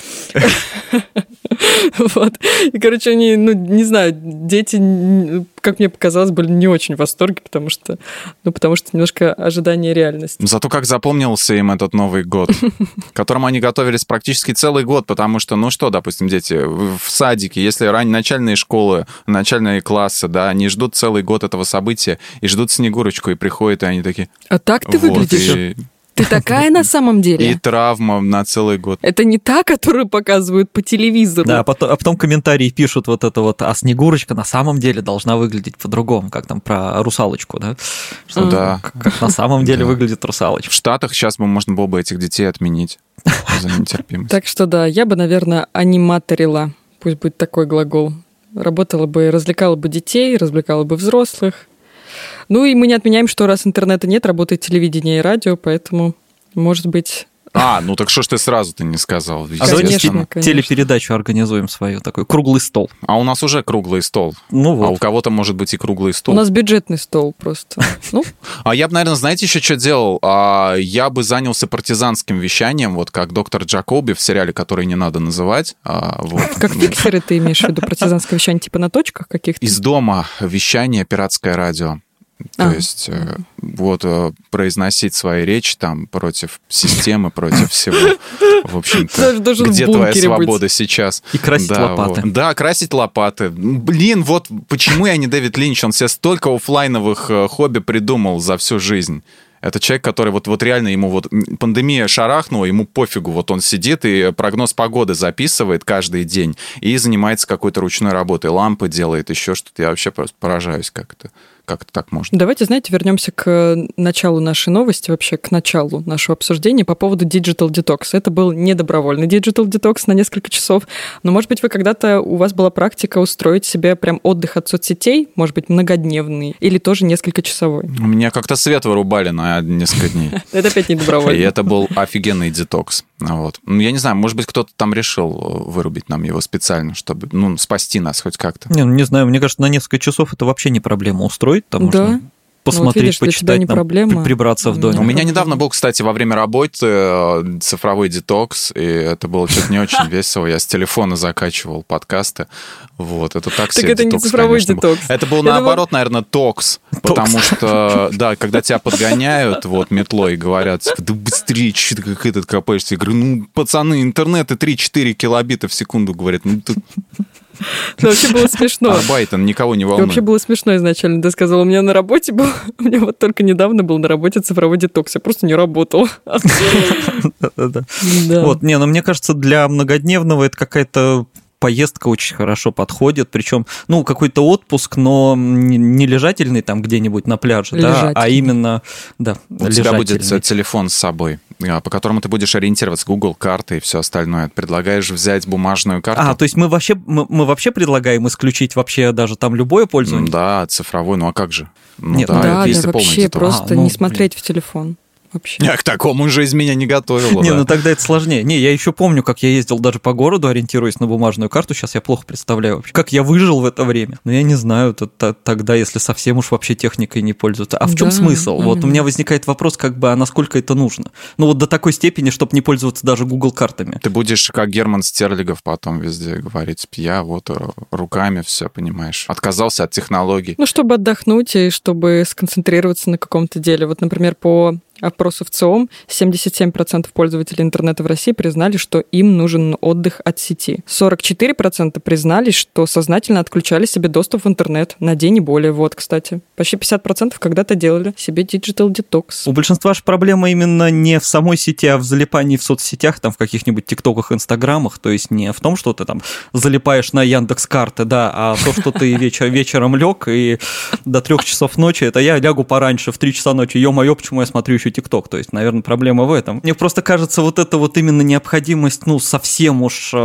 Вот. И, короче, они, не знаю, дети, как мне показалось, были не очень в восторге, потому что немножко ожидание реальности. Зато как запомнился им этот Новый год, к которому они готовились практически целый год, потому что, допустим, дети в садике, если начальные школы, начальные классы, да, они ждут целый год этого события и ждут Снегурочку, и приходят, и они такие... А так ты выглядишь? Ты такая на самом деле? И травма на целый год. Это не та, которую показывают по телевизору. Да, а потом комментарии пишут вот это вот, а Снегурочка на самом деле должна выглядеть по-другому, как там про русалочку, да? Что да. Как на самом деле выглядит русалочка. В Штатах сейчас можно было бы этих детей отменить за нетерпимость. Так что да, я бы, наверное, аниматорила, пусть будет такой глагол. Работала бы, развлекала бы детей, развлекала бы взрослых. Ну и мы не отменяем, что раз интернета нет, работает телевидение и радио, поэтому, может быть... так что ж ты сразу-то не сказал? Конечно. Телепередачу организуем свою, такой круглый стол. А у нас уже круглый стол. Ну вот. А у кого-то может быть и круглый стол. У нас бюджетный стол просто. А я бы, наверное, знаете, еще что делал? Я бы занялся партизанским вещанием, вот как доктор Джакоби в сериале, который не надо называть. Как фиксеры ты имеешь в виду? Партизанское вещание типа на точках каких-то? Из дома вещание, пиратское радио. То есть произносить свои речи там против системы, против всего. В общем-то, где твоя свобода сейчас? И красить лопаты. Да, красить лопаты. Блин, вот почему я не Дэвид Линч, он себе столько офлайновых хобби придумал за всю жизнь. Это человек, который вот реально ему пандемия шарахнула, ему пофигу, вот он сидит и прогноз погоды записывает каждый день и занимается какой-то ручной работой, лампы делает, еще что-то. Я вообще просто поражаюсь, как это так можно. Давайте, знаете, вернемся к началу нашей новости, вообще к началу нашего обсуждения по поводу Digital Detox. Это был не добровольный Digital Detox на несколько часов, но, может быть, у вас была практика устроить себе прям отдых от соцсетей, может быть, многодневный или тоже несколькочасовой. У меня как-то свет вырубали на несколько дней. Это опять не добровольно. И это был офигенный детокс. Вот. Я не знаю, может быть, кто-то там решил вырубить нам его специально, чтобы спасти нас хоть как-то. Не знаю, мне кажется, на несколько часов это вообще не проблема устроить, там можно посмотреть, почитать, прибраться в доме. У меня недавно был, кстати, во время работы цифровой детокс, и это было что-то не очень весело. Я с телефона закачивал подкасты. Вот, это так себе детокс. Так это не цифровой детокс. Это был наоборот, наверное, токс, потому что, да, когда тебя подгоняют метлой и говорят, да быстрее, что ты как этот копаешься. Я говорю, пацаны, интернеты 3-4 килобита в секунду, говорят, Но вообще было смешно. Арбайтен, никого не волнует. Вообще было смешно изначально. Ты сказала, у меня на работе был... У меня вот только недавно был на работе цифровой детокс. Я просто не работал. Вот, но мне кажется, для многодневного это какая-то поездка очень хорошо подходит, причем, какой-то отпуск, но не лежательный там где-нибудь на пляже, да, а именно, да, у тебя будет телефон с собой, по которому ты будешь ориентироваться, Google карты и все остальное. Предлагаешь взять бумажную карту? То есть мы вообще предлагаем исключить вообще даже там любое пользование? Да, цифровой, а как же? Нет, да, вообще просто не смотреть в телефон. Вообще. Я к такому же из меня не готовила. Не, тогда это сложнее. Не, я еще помню, как я ездил даже по городу, ориентируясь на бумажную карту. Сейчас я плохо представляю вообще, как я выжил в это время. Но я не знаю, тогда, если совсем уж вообще техникой не пользоваться. А в чем смысл? Вот у меня возникает вопрос, а насколько это нужно? До такой степени, чтобы не пользоваться даже Google картами. Ты будешь, как Герман Стерлигов, потом везде говорить, я руками все, понимаешь, отказался от технологий. Чтобы отдохнуть и чтобы сконцентрироваться на каком-то деле. Вот, например, по опросу в ЦИОМ 77% пользователей интернета в России признали, что им нужен отдых от сети. 44% признались, что сознательно отключали себе доступ в интернет на день и более. Вот, кстати. Почти 50% когда-то делали себе digital detox. У большинства же проблема именно не в самой сети, а в залипании в соцсетях, там в каких-нибудь тиктоках, инстаграмах. То есть не в том, что ты там залипаешь на Яндекс.Карты, да, а то, что ты вечером лег и до 3 часов ночи, это я лягу пораньше, в 3 часа ночи, ё-моё, почему я смотрю еще ТикТок. То есть, наверное, проблема в этом. Мне просто кажется, это именно необходимость, совсем уж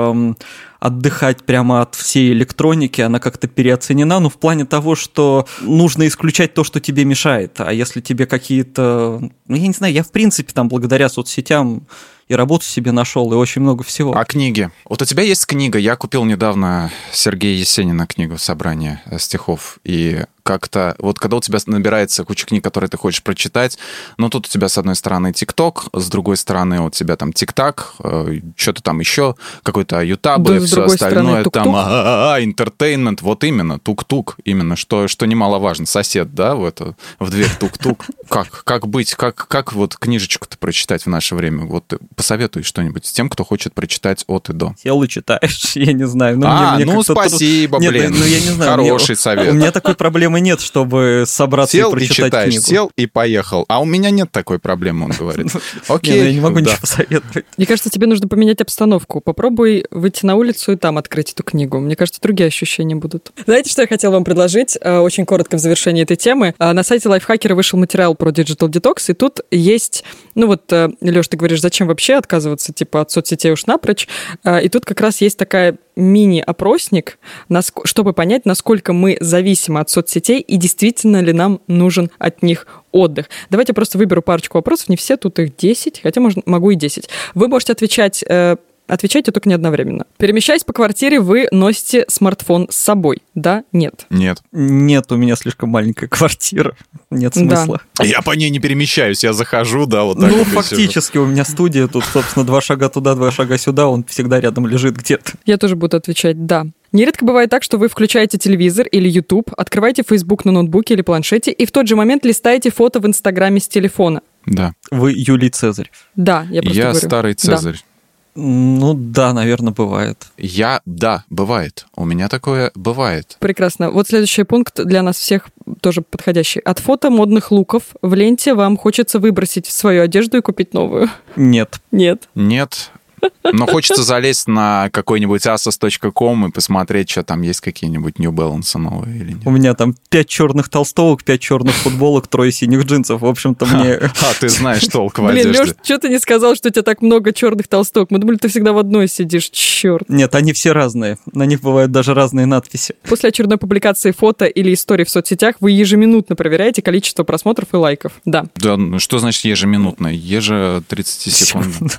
отдыхать прямо от всей электроники, она как-то переоценена, в плане того, что нужно исключать то, что тебе мешает. А если тебе какие-то... я не знаю, я в принципе там благодаря соцсетям и работу себе нашел, и очень много всего. А книги? Вот у тебя есть книга. Я купил недавно Сергея Есенина книгу «Собрание стихов». И как-то... когда у тебя набирается куча книг, которые ты хочешь прочитать, тут у тебя с одной стороны ТикТок, с другой стороны у тебя там ТикТак, что-то там еще, какой-то Ютаб, и все остальное. Там интертеймент, вот именно, тук-тук, именно, что немаловажно. Сосед, да, в дверь тук-тук. Как быть? Как книжечку-то прочитать в наше время? Посоветуй что-нибудь с тем, кто хочет прочитать от и до. Сел и читаешь, я не знаю. Спасибо, блин. Я не знаю. Хороший совет. У меня такой проблемы нет, чтобы собраться и прочитать книгу. Сел и поехал. А у меня нет такой проблемы, он говорит. Окей. Я не могу ничего посоветовать. Мне кажется, тебе нужно поменять обстановку. Попробуй выйти на улицу и там открыть эту книгу. Мне кажется, другие ощущения будут. Знаете, что я хотела вам предложить? Очень коротко в завершении этой темы. На сайте Лайфхакера вышел материал про Digital Detox, и тут есть... Лёш, ты говоришь, зачем вообще отказываться, от соцсетей уж напрочь? И тут как раз есть такая мини-опросник, чтобы понять, насколько мы зависимы от соцсетей и действительно ли нам нужен от них отдых. Давайте я просто выберу парочку вопросов, не все, тут их 10, хотя могу и 10. Вы можете отвечайте только не одновременно. Перемещаясь по квартире, вы носите смартфон с собой, да? Нет? Нет. Нет, у меня слишком маленькая квартира. Нет смысла. Да. Я по ней не перемещаюсь, я захожу, да, вот так. Фактически у меня студия, тут, собственно, 2 шага туда, 2 шага сюда, он всегда рядом лежит где-то. Я тоже буду отвечать «да». Нередко бывает так, что вы включаете телевизор или YouTube, открываете Facebook на ноутбуке или планшете и в тот же момент листаете фото в Инстаграме с телефона. Да. Вы Юлий Цезарь. Да, я просто говорю. Я старый Цезарь. Да. Да, наверное, бывает. Да, бывает. У меня такое бывает. Прекрасно. Вот следующий пункт для нас всех тоже подходящий. От фото модных луков в ленте вам хочется выбросить свою одежду и купить новую? Нет. Нет. Но хочется залезть на какой-нибудь asos.com и посмотреть, что там есть какие-нибудь New Balance новые или нет. У меня там 5 черных толстовок, 5 черных футболок, 3 синих джинсов. В общем-то, мне... ты знаешь толк в одежде. Блин, Лёш, что ты не сказал, что у тебя так много черных толстовок? Мы думали, ты всегда в одной сидишь. Черт. Нет, они все разные. На них бывают даже разные надписи. После очередной публикации фото или истории в соцсетях вы ежеминутно проверяете количество просмотров и лайков. Да. Да, что значит ежеминутно? 30 секунд.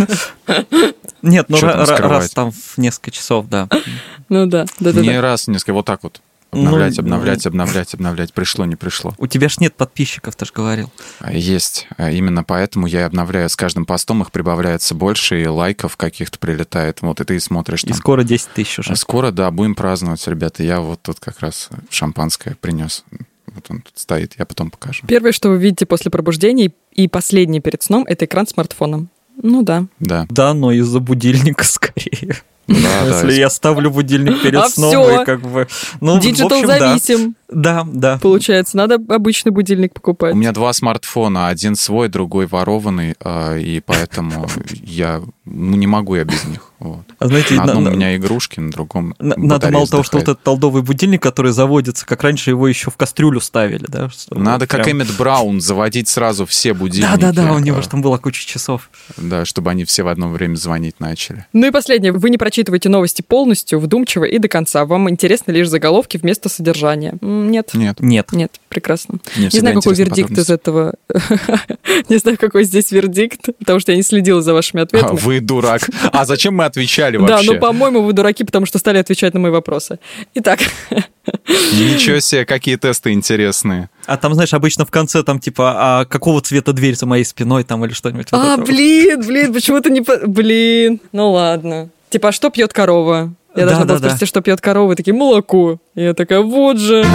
Нет, раз там в несколько часов, да. Да. Не раз, несколько, вот так вот. Обновлять. Пришло, не пришло. У тебя ж нет подписчиков, ты же говорил. Есть. Именно поэтому я обновляю с каждым постом, их прибавляется больше, и лайков каких-то прилетает. Вот, и ты смотришь там. И скоро 10 тысяч уже. Скоро, да, будем праздновать, ребята. Я вот тут как раз шампанское принес. Вот он тут стоит, я потом покажу. Первое, что вы видите после пробуждения, и последнее перед сном, это экран смартфоном. Да. Да, но из-за будильника скорее. Если я ставлю будильник перед сном, все. и как бы... Диджитал зависим. Да. Получается, надо обычный будильник покупать. У меня 2 смартфона, один свой, другой ворованный, и поэтому не могу я без них. Вот. А знаете, на одном у меня игрушки, на другом надо мало того, что вот этот толдовый будильник, который заводится, как раньше его еще в кастрюлю ставили, да? Надо, как Эммет Браун, заводить сразу все будильники. Да, у него же там была куча часов. Да, чтобы они все в одно время звонить начали. Ну и последнее. Вы не прочитываете новости полностью, вдумчиво и до конца. Вам интересны лишь заголовки вместо содержания? Нет. Прекрасно. Не знаю, какой вердикт из этого. Не знаю, какой здесь вердикт, потому что я не следила за вашими ответами. Вы дурак. А зачем мы отвечали вообще? Да, по-моему, вы дураки, потому что стали отвечать на мои вопросы. Итак. Ничего себе, какие тесты интересные. А там, знаешь, обычно в конце там типа, а какого цвета дверь за моей спиной там или что-нибудь. Блин, почему-то не... Блин, ну ладно. Типа, а что пьет корова? Я должна была спросить, что пьет корова, и такие, молоко. И я такая, вот же...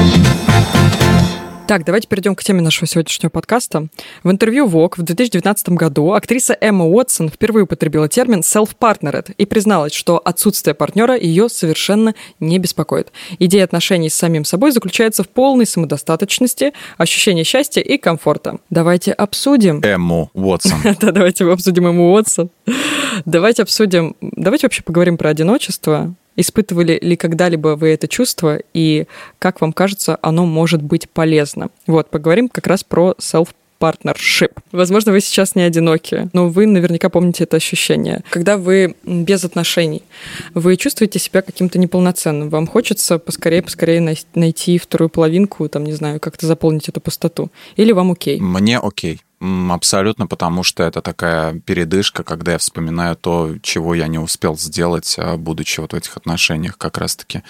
Так, давайте перейдем к теме нашего сегодняшнего подкаста. В интервью Vogue в 2019 году актриса Эмма Уотсон впервые употребила термин self-partnered и призналась, что отсутствие партнера ее совершенно не беспокоит. Идея отношений с самим собой заключается в полной самодостаточности, ощущении счастья и комфорта. Давайте обсудим... Эмму Уотсон. Да, давайте обсудим Эмму Уотсон. Давайте вообще поговорим про одиночество. Испытывали ли когда-либо вы это чувство, и как вам кажется, оно может быть полезно? Вот, поговорим как раз про self-partnership. Возможно, вы сейчас не одиноки, но вы наверняка помните это ощущение. Когда вы без отношений, вы чувствуете себя каким-то неполноценным, вам хочется поскорее найти вторую половинку, там, не знаю, как-то заполнить эту пустоту, или вам окей? Мне окей. Абсолютно, потому что это такая передышка, когда я вспоминаю то, чего я не успел сделать, будучи вот в этих отношениях как раз-таки.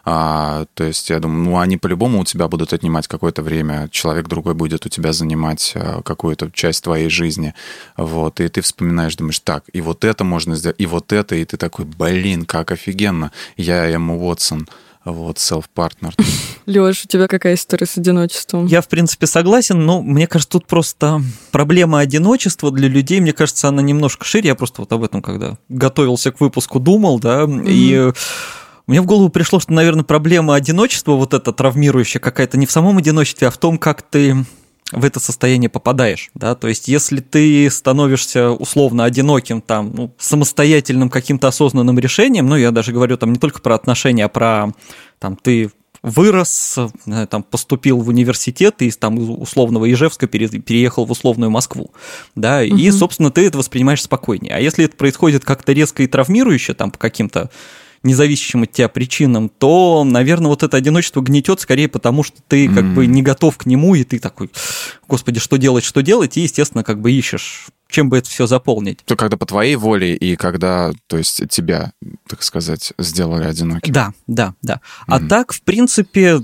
То есть я думаю, они по-любому у тебя будут отнимать какое-то время, человек другой будет у тебя занимать какую-то часть твоей жизни, вот, и ты вспоминаешь, думаешь, так, и вот это можно сделать, и вот это, и ты такой, блин, как офигенно, я Эмма Уотсон. Вот, self-partner. Лёш, у тебя какая история с одиночеством? Я, в принципе, согласен, но мне кажется, тут просто проблема одиночества для людей, мне кажется, она немножко шире. Я просто вот об этом, когда готовился к выпуску, думал, да, и мне в голову пришло, что, наверное, проблема одиночества, вот эта травмирующая какая-то, не в самом одиночестве, а в том, как ты в это состояние попадаешь, да, то есть если ты становишься условно одиноким, там, самостоятельным каким-то осознанным решением, я даже говорю там не только про отношения, а про, там, ты вырос, там, поступил в университет и там из условного Ижевска переехал в условную Москву, да, и, собственно, ты это воспринимаешь спокойнее, а если это происходит как-то резко и травмирующе, там, по каким-то независящим от тебя причинам, то, наверное, вот это одиночество гнетет скорее потому, что ты как бы не готов к нему, и ты такой, господи, что делать, и, естественно, как бы ищешь, чем бы это все заполнить. То когда по твоей воле и когда, то есть, тебя, так сказать, сделали одиноким. Да. А так, в принципе,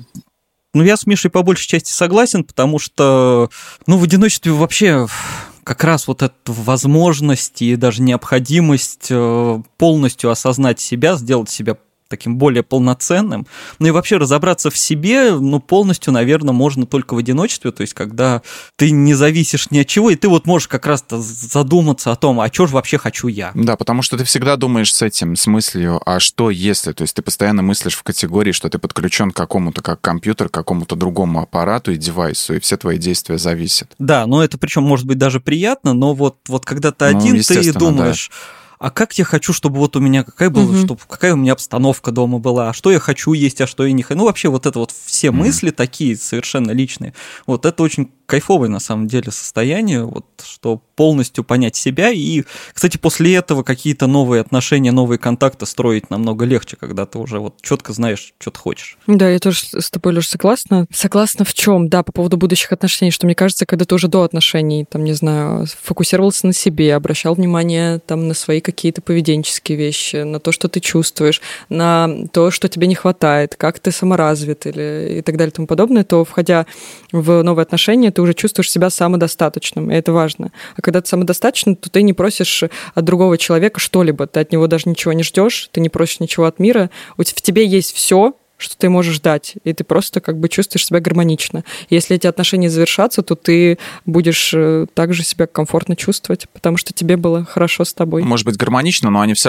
я с Мишей по большей части согласен, потому что, в одиночестве вообще... как раз вот эта возможность и даже необходимость полностью осознать себя, сделать себя таким более полноценным, и вообще разобраться в себе, полностью, наверное, можно только в одиночестве, то есть когда ты не зависишь ни от чего, и ты вот можешь как раз-то задуматься о том, а что же вообще хочу я. Да, потому что ты всегда думаешь с мыслью, а что если, то есть ты постоянно мыслишь в категории, что ты подключен к какому-то, как компьютер, к какому-то другому аппарату и девайсу, и все твои действия зависят. Да, это причем может быть даже приятно, но вот когда ты один, ты думаешь... Да. А как я хочу, чтобы вот у меня какая у меня обстановка дома была, а что я хочу есть, а что я не хочу. Вообще вот это вот все мысли такие совершенно личные. Вот это очень кайфовое на самом деле состояние, вот, что полностью понять себя. И, кстати, после этого какие-то новые отношения, новые контакты строить намного легче, когда ты уже вот четко знаешь, что ты хочешь. Да, я тоже с тобой, Лёш, согласна. Согласна в чем? Да, по поводу будущих отношений, что мне кажется, когда ты уже до отношений, там, не знаю, фокусировался на себе, обращал внимание там на свои какие-то поведенческие вещи, на то, что ты чувствуешь, на то, что тебе не хватает, как ты саморазвит и так далее и тому подобное, то, входя в новые отношения, ты уже чувствуешь себя самодостаточным, и это важно. А когда ты самодостаточен, то ты не просишь от другого человека что-либо, ты от него даже ничего не ждешь, ты не просишь ничего от мира, в тебе есть все, что ты можешь дать, и ты просто как бы чувствуешь себя гармонично. Если эти отношения завершатся, то ты будешь также себя комфортно чувствовать, потому что тебе было хорошо с тобой. Может быть, гармонично, но они все равно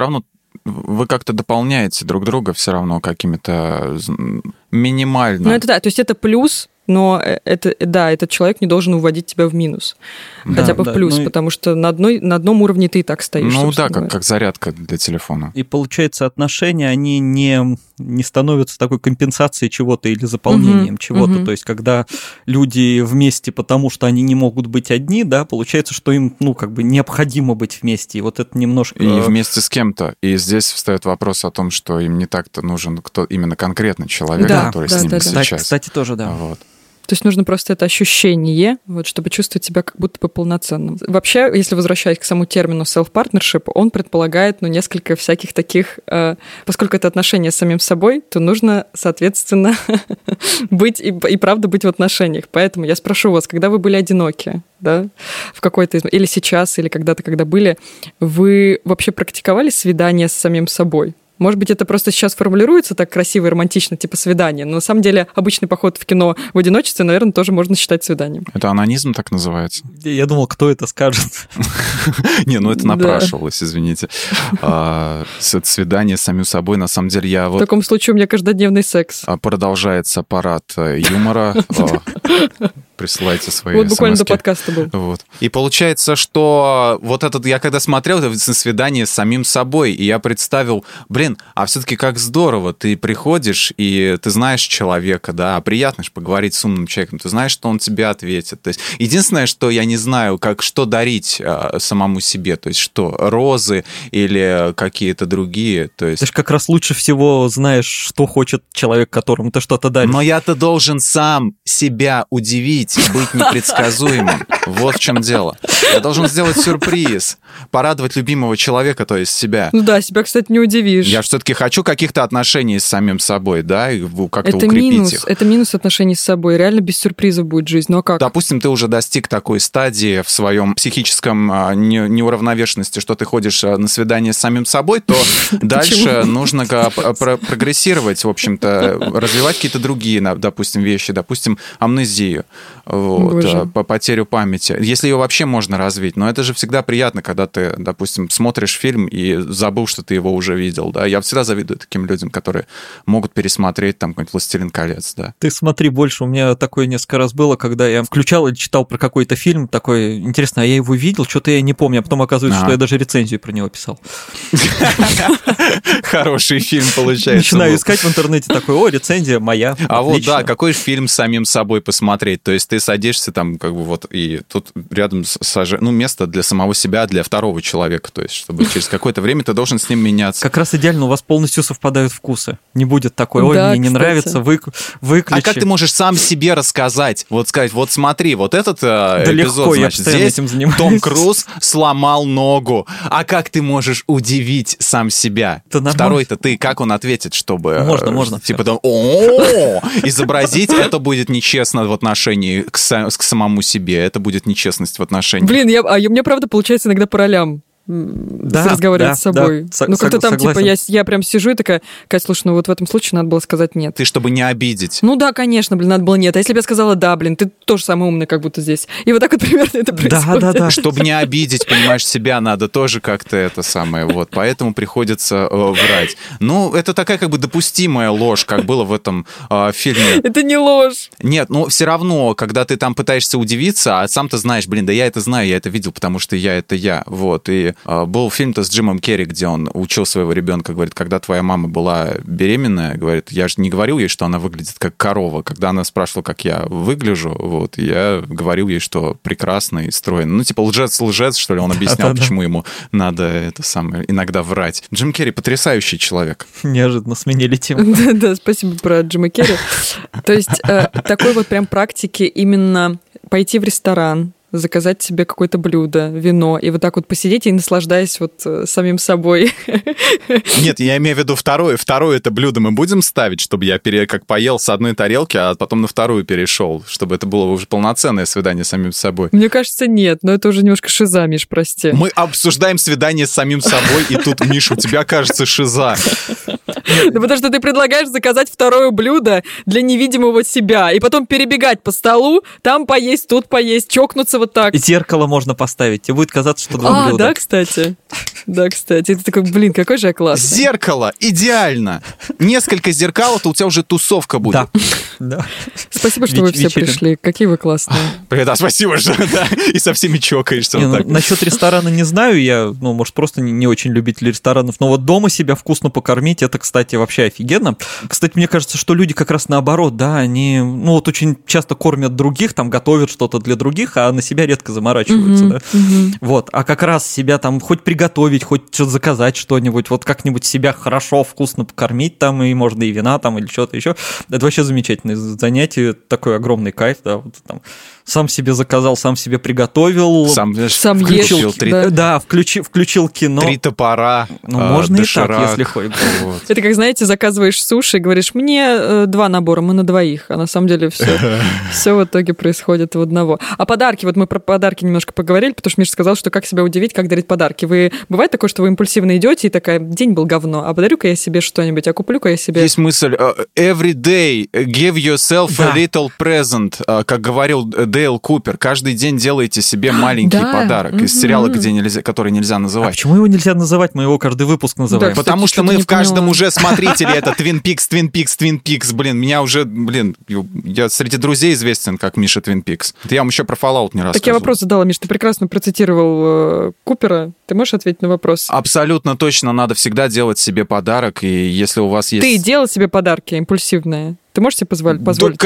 вы как-то дополняете друг друга все равно какими-то минимально. Ну, это да, то есть это плюс, но этот человек не должен уводить тебя в минус. Хотя бы в плюс, потому что на одном уровне ты и так стоишь. Ну да, как зарядка для телефона. И получается, отношения, они не становятся такой компенсацией чего-то или заполнением чего-то. То есть, когда люди вместе, потому что они не могут быть одни, да, получается, что им, необходимо быть вместе. И вот это немножко... И вместе с кем-то. И здесь встает вопрос о том, что им не так-то нужен кто именно конкретный человек, который с ними сейчас. Да, кстати, тоже, да. Вот. То есть нужно просто это ощущение, чтобы чувствовать себя как будто бы полноценным. Вообще, если возвращаясь к самому термину self-partnership, он предполагает, несколько всяких таких... Поскольку это отношения с самим собой, то нужно, соответственно, быть и правда быть в отношениях. Поэтому я спрошу вас, когда вы были одиноки, да, в какой-то... Или сейчас, или когда-то, когда были, вы вообще практиковали свидание с самим собой? Может быть, это просто сейчас формулируется так красиво и романтично, типа свидание, но на самом деле обычный поход в кино в одиночестве, наверное, тоже можно считать свиданием. Это анонизм так называется? Я думал, кто это скажет. Не, это напрашивалось, извините. Свидание с самим собой, на самом деле, я вот... В таком случае у меня каждодневный секс. Продолжается парад юмора. Присылайте свои Вот буквально смс-ки. До подкаста был. Вот. И получается, что вот этот, я когда смотрел это свидание с самим собой, и я представил, а все-таки как здорово, ты приходишь, и ты знаешь человека, да, приятно же поговорить с умным человеком, ты знаешь, что он тебе ответит. То есть единственное, что я не знаю, что дарить самому себе, то есть что, розы или какие-то другие, то есть... Ты же как раз лучше всего знаешь, что хочет человек, которому ты что-то даришь. Но я-то должен сам себя удивить, быть непредсказуемым. Вот в чем дело. Я должен сделать сюрприз, порадовать любимого человека, то есть себя. Ну да, себя, кстати, не удивишь. Я все-таки хочу каких-то отношений с самим собой, да, и как-то укрепить их. Это минус отношений с собой. Реально без сюрпризов будет жизнь. Ну а как? Допустим, ты уже достиг такой стадии в своем психическом неуравновешенности, что ты ходишь на свидание с самим собой, то дальше нужно прогрессировать, в общем-то, развивать какие-то другие, допустим, вещи, допустим, амнезию, потерю памяти. Если ее вообще можно развить, но это же всегда приятно, когда ты, допустим, смотришь фильм и забыл, что ты его уже видел, да. Я всегда завидую таким людям, которые могут пересмотреть там какой-нибудь «Властелин колец», да. Ты смотри больше, у меня такое несколько раз было, когда я включал или читал про какой-то фильм, такой, интересно, а я его видел, что-то я не помню, а потом оказывается, что я даже рецензию про него писал. Хороший фильм получается. Начинаю искать в интернете, такой, рецензия моя. А вот, да, какой фильм с самим собой посмотреть, то есть ты садишься там, и тут рядом место для самого себя, для второго человека, то есть чтобы через какое-то время ты должен с ним меняться. Как раз идеально, у вас полностью совпадают вкусы. Не будет такой, мне не нравится, выключи. А как ты можешь сам себе рассказать, сказать, смотри, вот этот эпизод, значит, здесь Том Круз сломал ногу. А как ты можешь удивить сам себя? Второй-то ты, как он ответит, чтобы... Можно. Типа, изобразить, это будет нечестно в отношении к самому себе, это будет нечестность в отношении. Мне правда получается иногда по ролям. Разговаривать с собой. Как-то там, я прям сижу и такая, Кать, слушай, в этом случае надо было сказать нет. Ты, чтобы не обидеть. Ну да, конечно, надо было нет. А если бы я сказала да, ты тоже самый умный, как будто здесь. И вот так вот примерно это происходит. Да. Чтобы не обидеть, понимаешь, себя надо тоже как-то это самое, поэтому приходится врать. Это такая как бы допустимая ложь, как было в этом фильме. Это не ложь. Нет, все равно, когда ты там пытаешься удивиться, а сам ты знаешь, да я это знаю, я это видел, потому что это я, и был фильм-то с Джимом Керри, где он учил своего ребенка, говорит, когда твоя мама была беременная, говорит, я же не говорил ей, что она выглядит как корова. Когда она спрашивала, как я выгляжу, я говорил ей, что прекрасно и стройно. Лжец, что ли, он объяснял, почему ему надо иногда врать. Джим Керри потрясающий человек. Неожиданно сменили тему. Да, спасибо про Джима Керри. То есть такой прям практики именно пойти в ресторан, заказать себе какое-то блюдо, вино, и вот так посидеть и наслаждаясь самим собой. Нет, я имею в виду второе. Второе это блюдо мы будем ставить, чтобы я как поел с одной тарелки, а потом на вторую перешел, чтобы это было уже полноценное свидание с самим собой. Мне кажется, нет, но это уже немножко шиза, Миш, прости. Мы обсуждаем свидание с самим собой, и тут, Миш, у тебя, кажется, шиза. Да потому что ты предлагаешь заказать второе блюдо для невидимого себя, и потом перебегать по столу, там поесть, тут поесть, чокнуться вот так. И зеркало можно поставить, тебе будет казаться, что два блюда. Да, кстати. Да, кстати. Ты такой, блин, какой же я классный. Зеркало! Идеально! Несколько зеркал, то у тебя уже тусовка будет. Да. Спасибо, что вы все пришли. Какие вы классные. Да, спасибо, что да, и со всеми чокаешься. Насчет ресторана не знаю, я, может, просто не очень любитель ресторанов, но вот дома себя вкусно покормить, это, кстати, вообще офигенно. Кстати, мне кажется, что люди как раз наоборот, да, они, вот очень часто кормят других, там, готовят что-то для других, а на себя редко заморачиваются, да. Вот, а как раз себя там хоть приготовить, хоть что-то заказать что-нибудь, вот как-нибудь себя хорошо, вкусно покормить там, и можно и вина там, или что-то еще. Это вообще замечательное занятие, такой огромный кайф, да, вот там сам себе заказал, сам себе приготовил. Сам включил, включил кино. 3 топора, можно доширак, и так, если хочешь. Вот. Это как, знаете, заказываешь суши и говоришь, мне 2 набора, мы на 2, а на самом деле все в итоге происходит в одного. А подарки, вот мы про подарки немножко поговорили, потому что Миша сказал, что как себя удивить, как дарить подарки. Бывает такое, что вы импульсивно идете и такая, день был говно, а подарю-ка я себе что-нибудь, а куплю-ка я себе... Есть мысль, every day give yourself a little present, как говорил Дейл Купер, каждый день делайте себе маленький подарок из сериала, который нельзя называть. А почему его нельзя называть? Мы его каждый выпуск называем. Да, потому что мы в каждом уже смотрители, это Twin Peaks, меня уже, я среди друзей известен как Миша Twin Peaks. Я вам еще про Fallout не рассказывал. Так я вопрос задала, Миш, ты прекрасно процитировал Купера, ты можешь ответить на вопрос? Абсолютно точно, надо всегда делать себе подарок, и если у вас есть... Ты делал себе подарки импульсивные? Ты можешь себе позволить да, такое?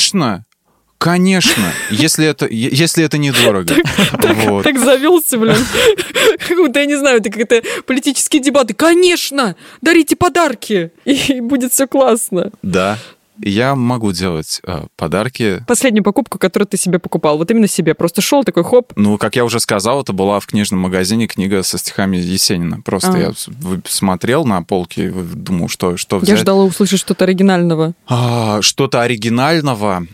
Конечно, если это недорого. Так завелся, блин. Да я не знаю, это какие-то политические дебаты. Конечно, дарите подарки, и будет все классно. Да. Я могу делать подарки. Последнюю покупку, которую ты себе покупал, вот именно себе, просто шел такой хоп. Как я уже сказал, это была в книжном магазине книга со стихами Есенина. Просто я смотрел на полке, думал, что взять. Я ждала услышать что-то оригинального. Что-то оригинального?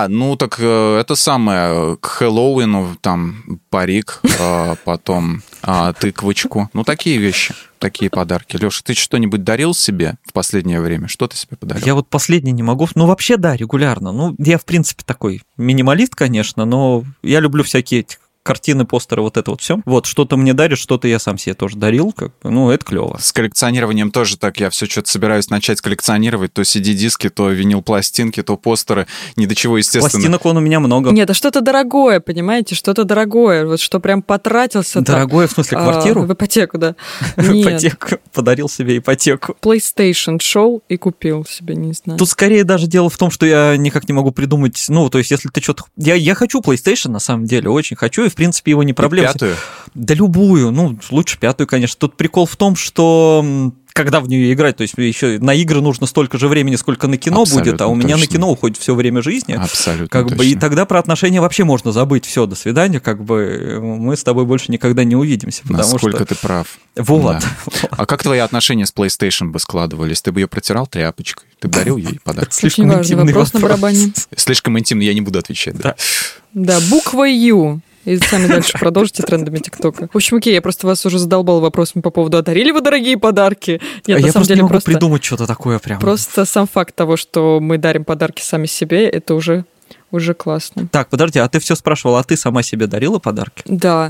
Это самое, к Хэллоуину там парик, потом тыквочку. Такие вещи. Такие подарки. Леша, ты что-нибудь дарил себе в последнее время? Что ты себе подарил? Я вот последний не могу. Вообще, да, регулярно. Я, в принципе, такой минималист, конечно, но я люблю всякие эти картины, постеры, вот это вот все. Вот, что-то мне дарят, что-то я сам себе тоже дарил, это клево. С коллекционированием тоже так. Я все что-то собираюсь начать коллекционировать. То CD-диски, то винил-пластинки, то постеры. Ни до чего, естественно. Пластинок у меня много. Нет, что-то дорогое, понимаете? Что-то дорогое. Вот что прям потратился. Дорогое, в смысле, квартиру? В ипотеку, да. В ипотеку. Подарил себе ипотеку. PlayStation шел и купил себе, не знаю. Тут скорее даже дело в том, что я никак не могу придумать... то есть, если ты что-то... Я хочу PlayStation, на самом деле, очень хочу, и в принципе, его не проблема. 5-ю? Да любую, лучше 5-ю, конечно. Тут прикол в том, что когда в нее играть, то есть еще на игры нужно столько же времени, сколько на кино абсолютно будет, а у меня точно. На кино уходит все время жизни. Абсолютно точно. И тогда про отношения вообще можно забыть. Все, до свидания, мы с тобой больше никогда не увидимся. Насколько ты прав. Вот. Да. А как твои отношения с PlayStation бы складывались? Ты бы ее протирал тряпочкой? Ты бы дарил ей подарок? Слишком интимный вопрос на барабане. Слишком интимный, я не буду отвечать. Да, буква Ю. И сами дальше продолжите трендами ТикТока. В общем, окей, я просто вас уже задолбала вопросами по поводу, дарили вы дорогие подарки? Нет, на самом деле, не могу придумать что-то такое прям. Просто сам факт того, что мы дарим подарки сами себе, это уже классно. Так, подожди, а ты все спрашивала, а ты сама себе дарила подарки? Да,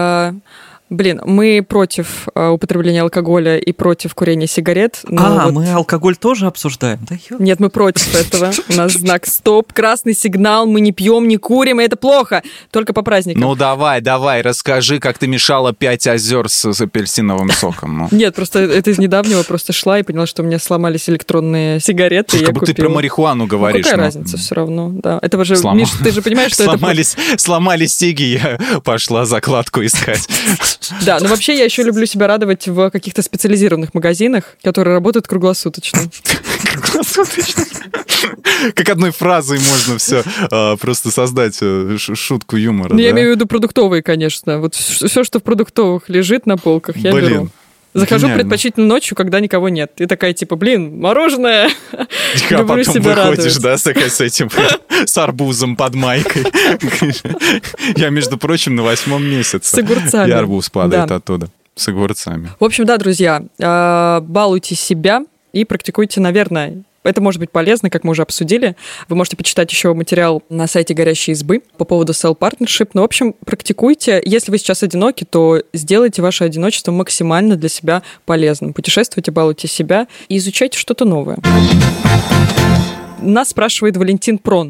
мы против употребления алкоголя и против курения сигарет. Мы алкоголь тоже обсуждаем? Да, нет, мы против этого. У нас знак стоп, красный сигнал, мы не пьем, не курим, и это плохо. Только по праздникам. Давай, расскажи, как ты мешала 5 озер с апельсиновым соком. Нет, просто это из недавнего, просто шла и поняла, что у меня сломались электронные сигареты. Как будто ты про марихуану говоришь. Какая разница все равно, да. Это же, Миш, ты же понимаешь, что сломались сиги, я пошла закладку искать. Да, но вообще я еще люблю себя радовать в каких-то специализированных магазинах, которые работают круглосуточно. Круглосуточно? Как одной фразой можно все просто создать шутку юмора. Я имею в виду продуктовые, конечно. Вот все, что в продуктовых лежит на полках, я беру. Захожу предпочтительно ночью, когда никого нет. И такая, мороженое. А потом выходишь, да, с этим, с арбузом под майкой. Я, между прочим, на 8-м месяце. С огурцами. И арбуз падает оттуда. С огурцами. В общем, да, друзья, балуйте себя, и практикуйте, наверное. Это может быть полезно, как мы уже обсудили. Вы можете почитать еще материал на сайте «Горящей избы» по поводу self-partnership. Ну, в общем, практикуйте. Если вы сейчас одиноки, то сделайте ваше одиночество максимально для себя полезным. Путешествуйте, балуйте себя и изучайте что-то новое. Нас спрашивает Валентин Прон.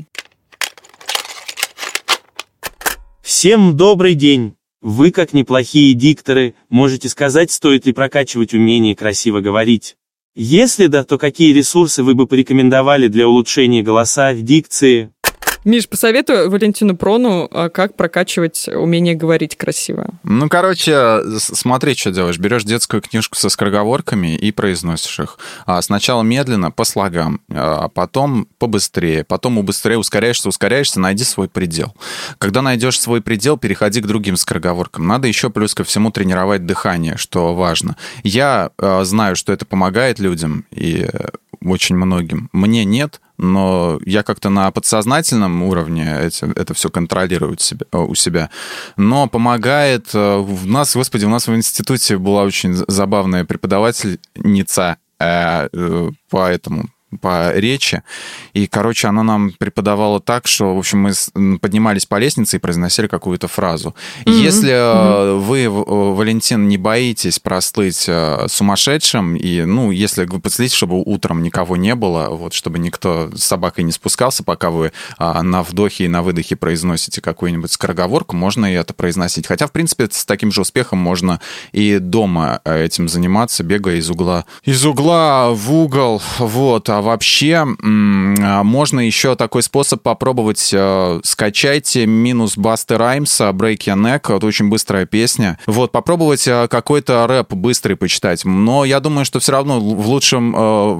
Всем добрый день! Вы, как неплохие дикторы, можете сказать, стоит ли прокачивать умение красиво говорить. Если да, то какие ресурсы вы бы порекомендовали для улучшения голоса в дикции? Миш, посоветуй Валентину Прону, как прокачивать умение говорить красиво. Ну, короче, смотри, что делаешь. Берешь детскую книжку со скороговорками и произносишь их. Сначала медленно, по слогам, а потом побыстрее. Потом ускоряешься, найди свой предел. Когда найдешь свой предел, переходи к другим скороговоркам. Надо еще плюс ко всему тренировать дыхание, что важно. Я знаю, что это помогает людям и очень многим. Мне нет, но я как-то на подсознательном уровне это все контролирую у себя. Но помогает... У нас в институте была очень забавная преподавательница по речи. И, короче, она нам преподавала так, что, в общем, мы поднимались по лестнице и произносили какую-то фразу. Если вы, Валентин, не боитесь прослыть сумасшедшим, и, если вы подследите, чтобы утром никого не было, вот, чтобы никто с собакой не спускался, пока вы на вдохе и на выдохе произносите какую-нибудь скороговорку, можно и это произносить. Хотя, в принципе, с таким же успехом можно и дома этим заниматься, бегая из угла в угол, вот. А вообще, можно еще такой способ попробовать. Скачайте минус Басты Раймса «Break Your Neck». Это очень быстрая песня. Вот, попробовать какой-то рэп быстрый почитать. Но я думаю, что все равно в лучшем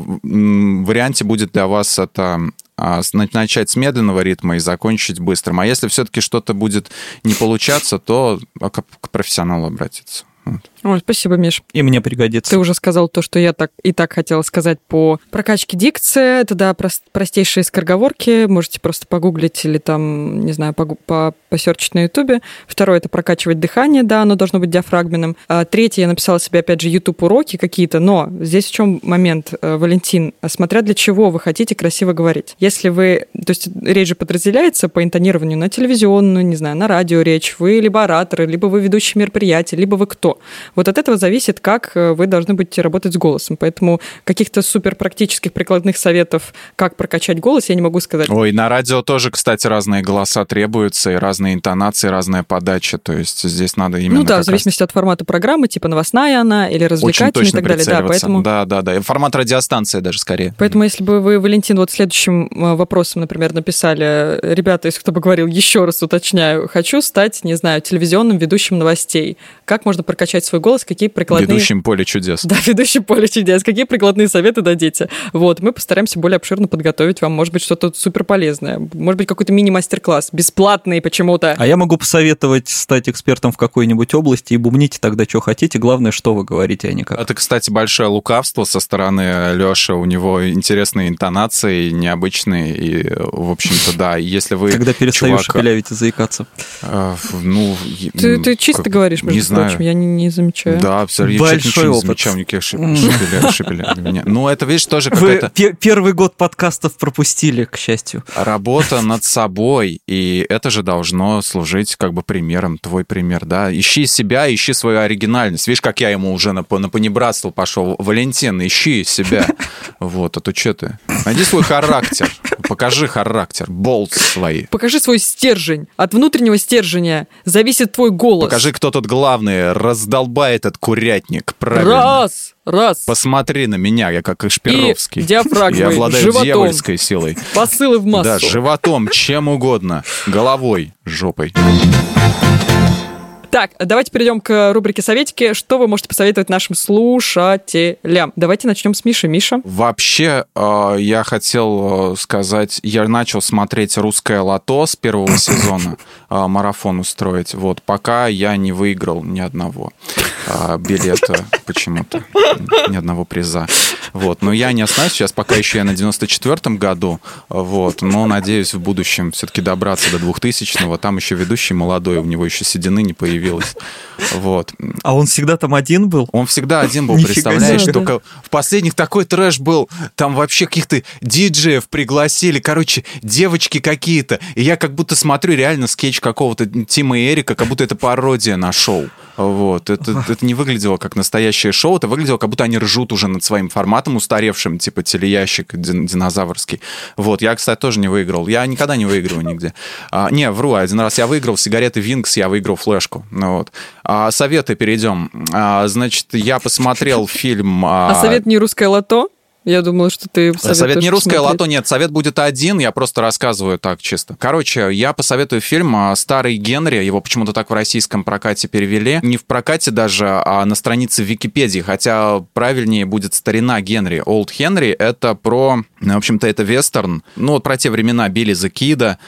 варианте будет для вас это начать с медленного ритма и закончить быстрым. А если все-таки что-то будет не получаться, то к профессионалу обратиться. Вот. Ой, спасибо, Миш. И мне пригодится. Ты уже сказал то, что я так хотела сказать по прокачке дикции. Это, да, простейшие скороговорки. Можете просто погуглить или там, не знаю, посерчить на Ютубе. Второе — это прокачивать дыхание, да, оно должно быть диафрагменным. Третье — я написала себе, опять же, YouTube-уроки какие-то. Но здесь в чем момент, Валентин? Смотря для чего вы хотите красиво говорить. Если вы... То есть речь же подразделяется по интонированию на телевизионную, не знаю, на радио речь. Вы либо ораторы, либо вы ведущие мероприятия, либо вы кто. Вот от этого зависит, как вы должны будете работать с голосом. Поэтому каких-то суперпрактических прикладных советов, как прокачать голос, я не могу сказать. Ой, на радио тоже, кстати, разные голоса требуются, и разные интонации, разная подача. То есть здесь надо именно... Ну да, в зависимости от формата программы, типа новостная она или развлекательная и так далее. Да, поэтому... Да. Формат радиостанции даже скорее. Поэтому если бы вы, Валентин, вот следующим вопросом, например, написали: ребята, если кто бы говорил, еще раз уточняю, хочу стать, не знаю, телевизионным ведущим новостей. Как можно прокачать свой голос, какие прикладные... Ведущим «Поле чудес». Да, ведущим «Поле чудес». Какие прикладные советы дадите? Вот, мы постараемся более обширно подготовить вам, может быть, что-то суперполезное, может быть, какой-то мини-мастер-класс, бесплатный почему-то. А я могу посоветовать стать экспертом в какой-нибудь области и бубните тогда, что хотите, главное, что вы говорите, а не как. Это, кстати, большое лукавство со стороны Лёши, у него интересные интонации, необычные, и, в общем-то, да, если вы... Когда перестаешь шепелявить и заикаться. Ты чисто говоришь, между прочим, я не замечаю. Да, абсолютно. Большой опыт. Не замечал никаких шепелявий. Ну, это, видишь, тоже какая-то... Вы первый год подкастов пропустили, к счастью. Работа над собой, и это же должно служить как бы примером, твой пример, да. Ищи себя, ищи свою оригинальность. Видишь, как я ему уже на понебратство пошел. Валентин, ищи себя. Вот, а то что ты? Найди свой характер. Покажи характер, болт свои. Покажи свой стержень. От внутреннего стержня зависит твой голос. Покажи, кто тут главный. Раздолбай этот курятник. Правильно. Раз. Посмотри на меня, я как Ишпировский. И диафрагмой, я обладаю животом, дьявольской силой. Посылы в массу. Да, животом, чем угодно. Головой, жопой. Так, давайте перейдем к рубрике «Советики». Что вы можете посоветовать нашим слушателям? Давайте начнем с Миши. Миша? Вообще, я хотел сказать, я начал смотреть «Русское лото» с первого сезона, марафон устроить, вот, пока я не выиграл ни одного. билета почему-то. Ни одного приза. Вот. Но я не остановлюсь. Сейчас пока еще я на 94-м году. Вот. Но надеюсь в будущем все-таки добраться до 2000-го. Там еще ведущий молодой, у него еще седины не появилось. Вот. А он всегда там один был? Он всегда один был, представляешь? Только в последних такой трэш был. Там вообще каких-то диджеев пригласили. Короче, девочки какие-то. И я как будто смотрю реально скетч какого-то Тима и Эрика, как будто это пародия на шоу. Вот. Это не выглядело как настоящее шоу, это выглядело, как будто они ржут уже над своим форматом устаревшим, типа телеящик динозаврский. Вот. Я, кстати, тоже не выиграл. Я никогда не выигрываю нигде. Не, вру, один раз я выиграл сигареты Винкс, я выиграл флешку. Вот. Советы перейдем. Значит, я посмотрел фильм... совет не русское лото? Я думала, что ты советуешь. Совет не русское посмотреть. лото, нет, совет будет один, я просто рассказываю так чисто. Короче, я посоветую фильм «Старый Генри», его почему-то так в российском прокате перевели. Не в прокате даже, а на странице в Википедии, хотя правильнее будет «Старина Генри». «Олд Хенри» — это про, в общем-то, это вестерн, ну вот про те времена Билли the Kid.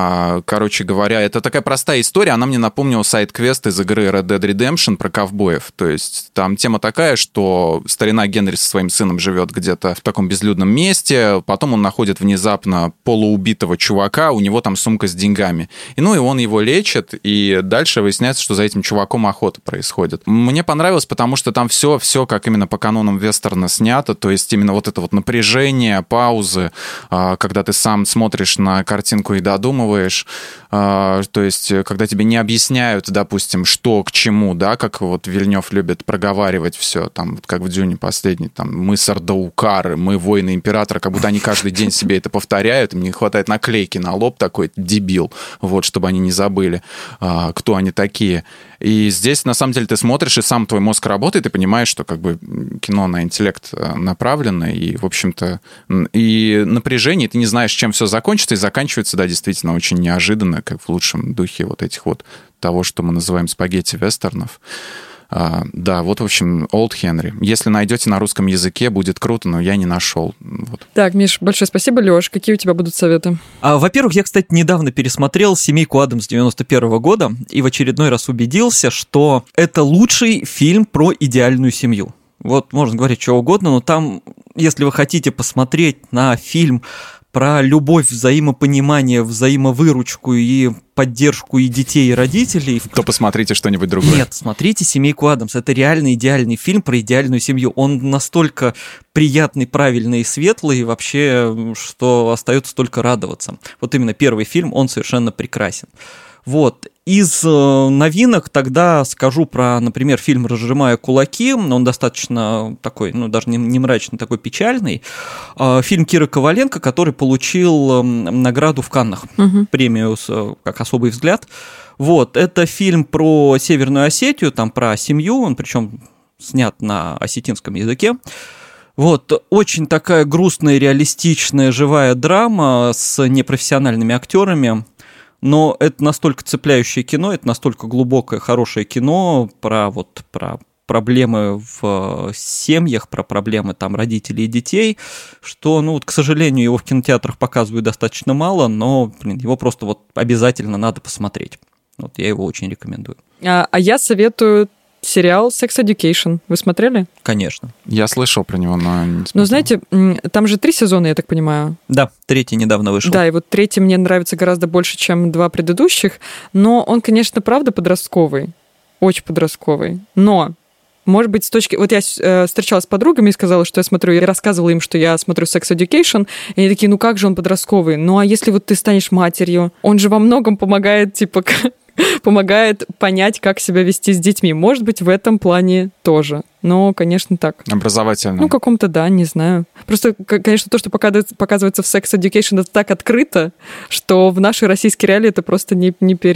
Короче говоря, это такая простая история, она мне напомнила сайд-квест из игры Red Dead Redemption про ковбоев. То есть там тема такая, что старина Генри со своим сыном живет где-то в таком безлюдном месте, потом он находит внезапно полуубитого чувака, у него там сумка с деньгами. И он его лечит, и дальше выясняется, что за этим чуваком охота происходит. Мне понравилось, потому что там все как именно по канонам вестерна снято, то есть именно вот это вот напряжение, паузы, когда ты сам смотришь на картинку и додумываешь, то есть когда тебе не объясняют, допустим, что к чему, да, как вот Вильнёв любит проговаривать все, там, как в «Дюне» последний, там, мы Сардаукар, мы воины императора, как будто они каждый день себе это повторяют, им не хватает наклейки на лоб такой, дебил, вот, чтобы они не забыли, кто они такие. И здесь, на самом деле, ты смотришь, и сам твой мозг работает, и понимаешь, что как бы кино на интеллект направлено, и, в общем-то, и напряжение, и ты не знаешь, чем все закончится, и заканчивается, да, действительно, очень неожиданно, как в лучшем духе вот этих вот того, что мы называем спагетти-вестернов. Да, вот, в общем, Олд Хенри. Если найдете на русском языке, будет круто, но я не нашел. Вот. Так, Миш, большое спасибо. Лёш, какие у тебя будут советы? Во-первых, я, кстати, недавно пересмотрел «Семейку Адамс» 91 года и в очередной раз убедился, что это лучший фильм про идеальную семью. Вот можно говорить что угодно, но там, если вы хотите посмотреть на фильм про любовь, взаимопонимание, взаимовыручку и поддержку и детей, и родителей, то посмотрите что-нибудь другое. Нет, смотрите «Семейку Адамс». Это реально идеальный фильм про идеальную семью. Он настолько приятный, правильный и светлый вообще, что остается только радоваться. Вот именно первый фильм, он совершенно прекрасен. Вот. Из новинок тогда скажу про, например, фильм «Разжимая кулаки». Он достаточно такой, даже не мрачный, такой печальный. Фильм Киры Коваленко, который получил награду в Каннах, премию как «Особый взгляд». Вот. Это фильм про Северную Осетию, там про семью, он причем снят на осетинском языке. Вот, очень такая грустная, реалистичная, живая драма с непрофессиональными актерами. Но это настолько цепляющее кино, это настолько глубокое, хорошее кино про проблемы в семьях, про проблемы там родителей и детей, что, к сожалению, его в кинотеатрах показывают достаточно мало, но, его просто обязательно надо посмотреть. Вот я его очень рекомендую. А я советую сериал Sex Education. Вы смотрели? Конечно. Я слышал про него, но не смотрел. Ну, знаете, там же 3 сезона, я так понимаю. Да, 3-й недавно вышел. Да, и вот 3-й мне нравится гораздо больше, чем 2 предыдущих, но он, конечно, правда подростковый, очень подростковый, но... Может быть, с точки... Вот я встречалась с подругами и сказала, что я смотрю, я рассказывала им, что я смотрю Sex Education, и они такие, как же он подростковый? Ну, а если ты станешь матерью? Он же во многом помогает, помогает понять, как себя вести с детьми. Может быть, в этом плане тоже. Но, конечно, так. Образовательно. Каком-то, да, не знаю. Просто, конечно, то, что показывается в Sex Education, это так открыто, что в нашей российской реалии это просто не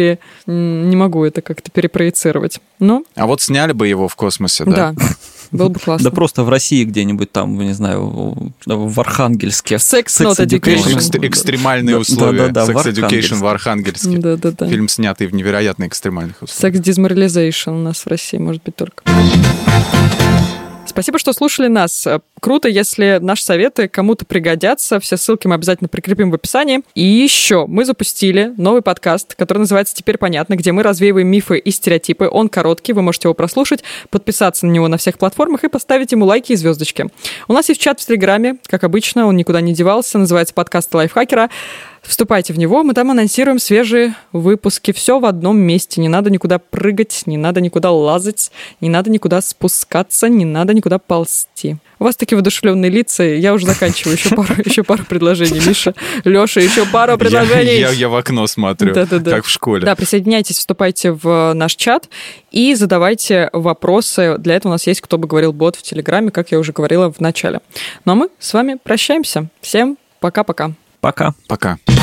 могу это как-то перепроецировать. Но... А вот сняли бы его в космосе, да? Да. Было бы классно. Да просто в России где-нибудь там, не знаю, в Архангельске. Sex Not Education. Экстремальные условия. Да, Sex Education в Архангельске. Да. Фильм, снятый в невероятно экстремальных условиях. Sex Dismoralization у нас в России, может быть, только. Спасибо, что слушали нас. круто, если наши советы кому-то пригодятся. Все ссылки мы обязательно прикрепим в описании. И еще мы запустили новый подкаст, который называется «Теперь понятно», где мы развеиваем мифы и стереотипы. Он короткий, вы можете его прослушать, подписаться на него на всех платформах и поставить ему лайки и звездочки. У нас есть чат в Телеграме, как обычно, он никуда не девался, называется «Подкаст лайфхакера». Вступайте в него, мы там анонсируем свежие выпуски. Все в одном месте. Не надо никуда прыгать, не надо никуда лазать, не надо никуда спускаться, не надо никуда ползти. У вас такие воодушевленные лица, я уже заканчиваю. Еще пару предложений, Миша. Леша, еще пару предложений. Я в окно смотрю, как в школе. Да, присоединяйтесь, вступайте в наш чат и задавайте вопросы. Для этого у нас есть «Кто бы говорил бот» в Телеграме, как я уже говорила в начале. Ну а мы с вами прощаемся. Всем пока-пока. Пока. Пока.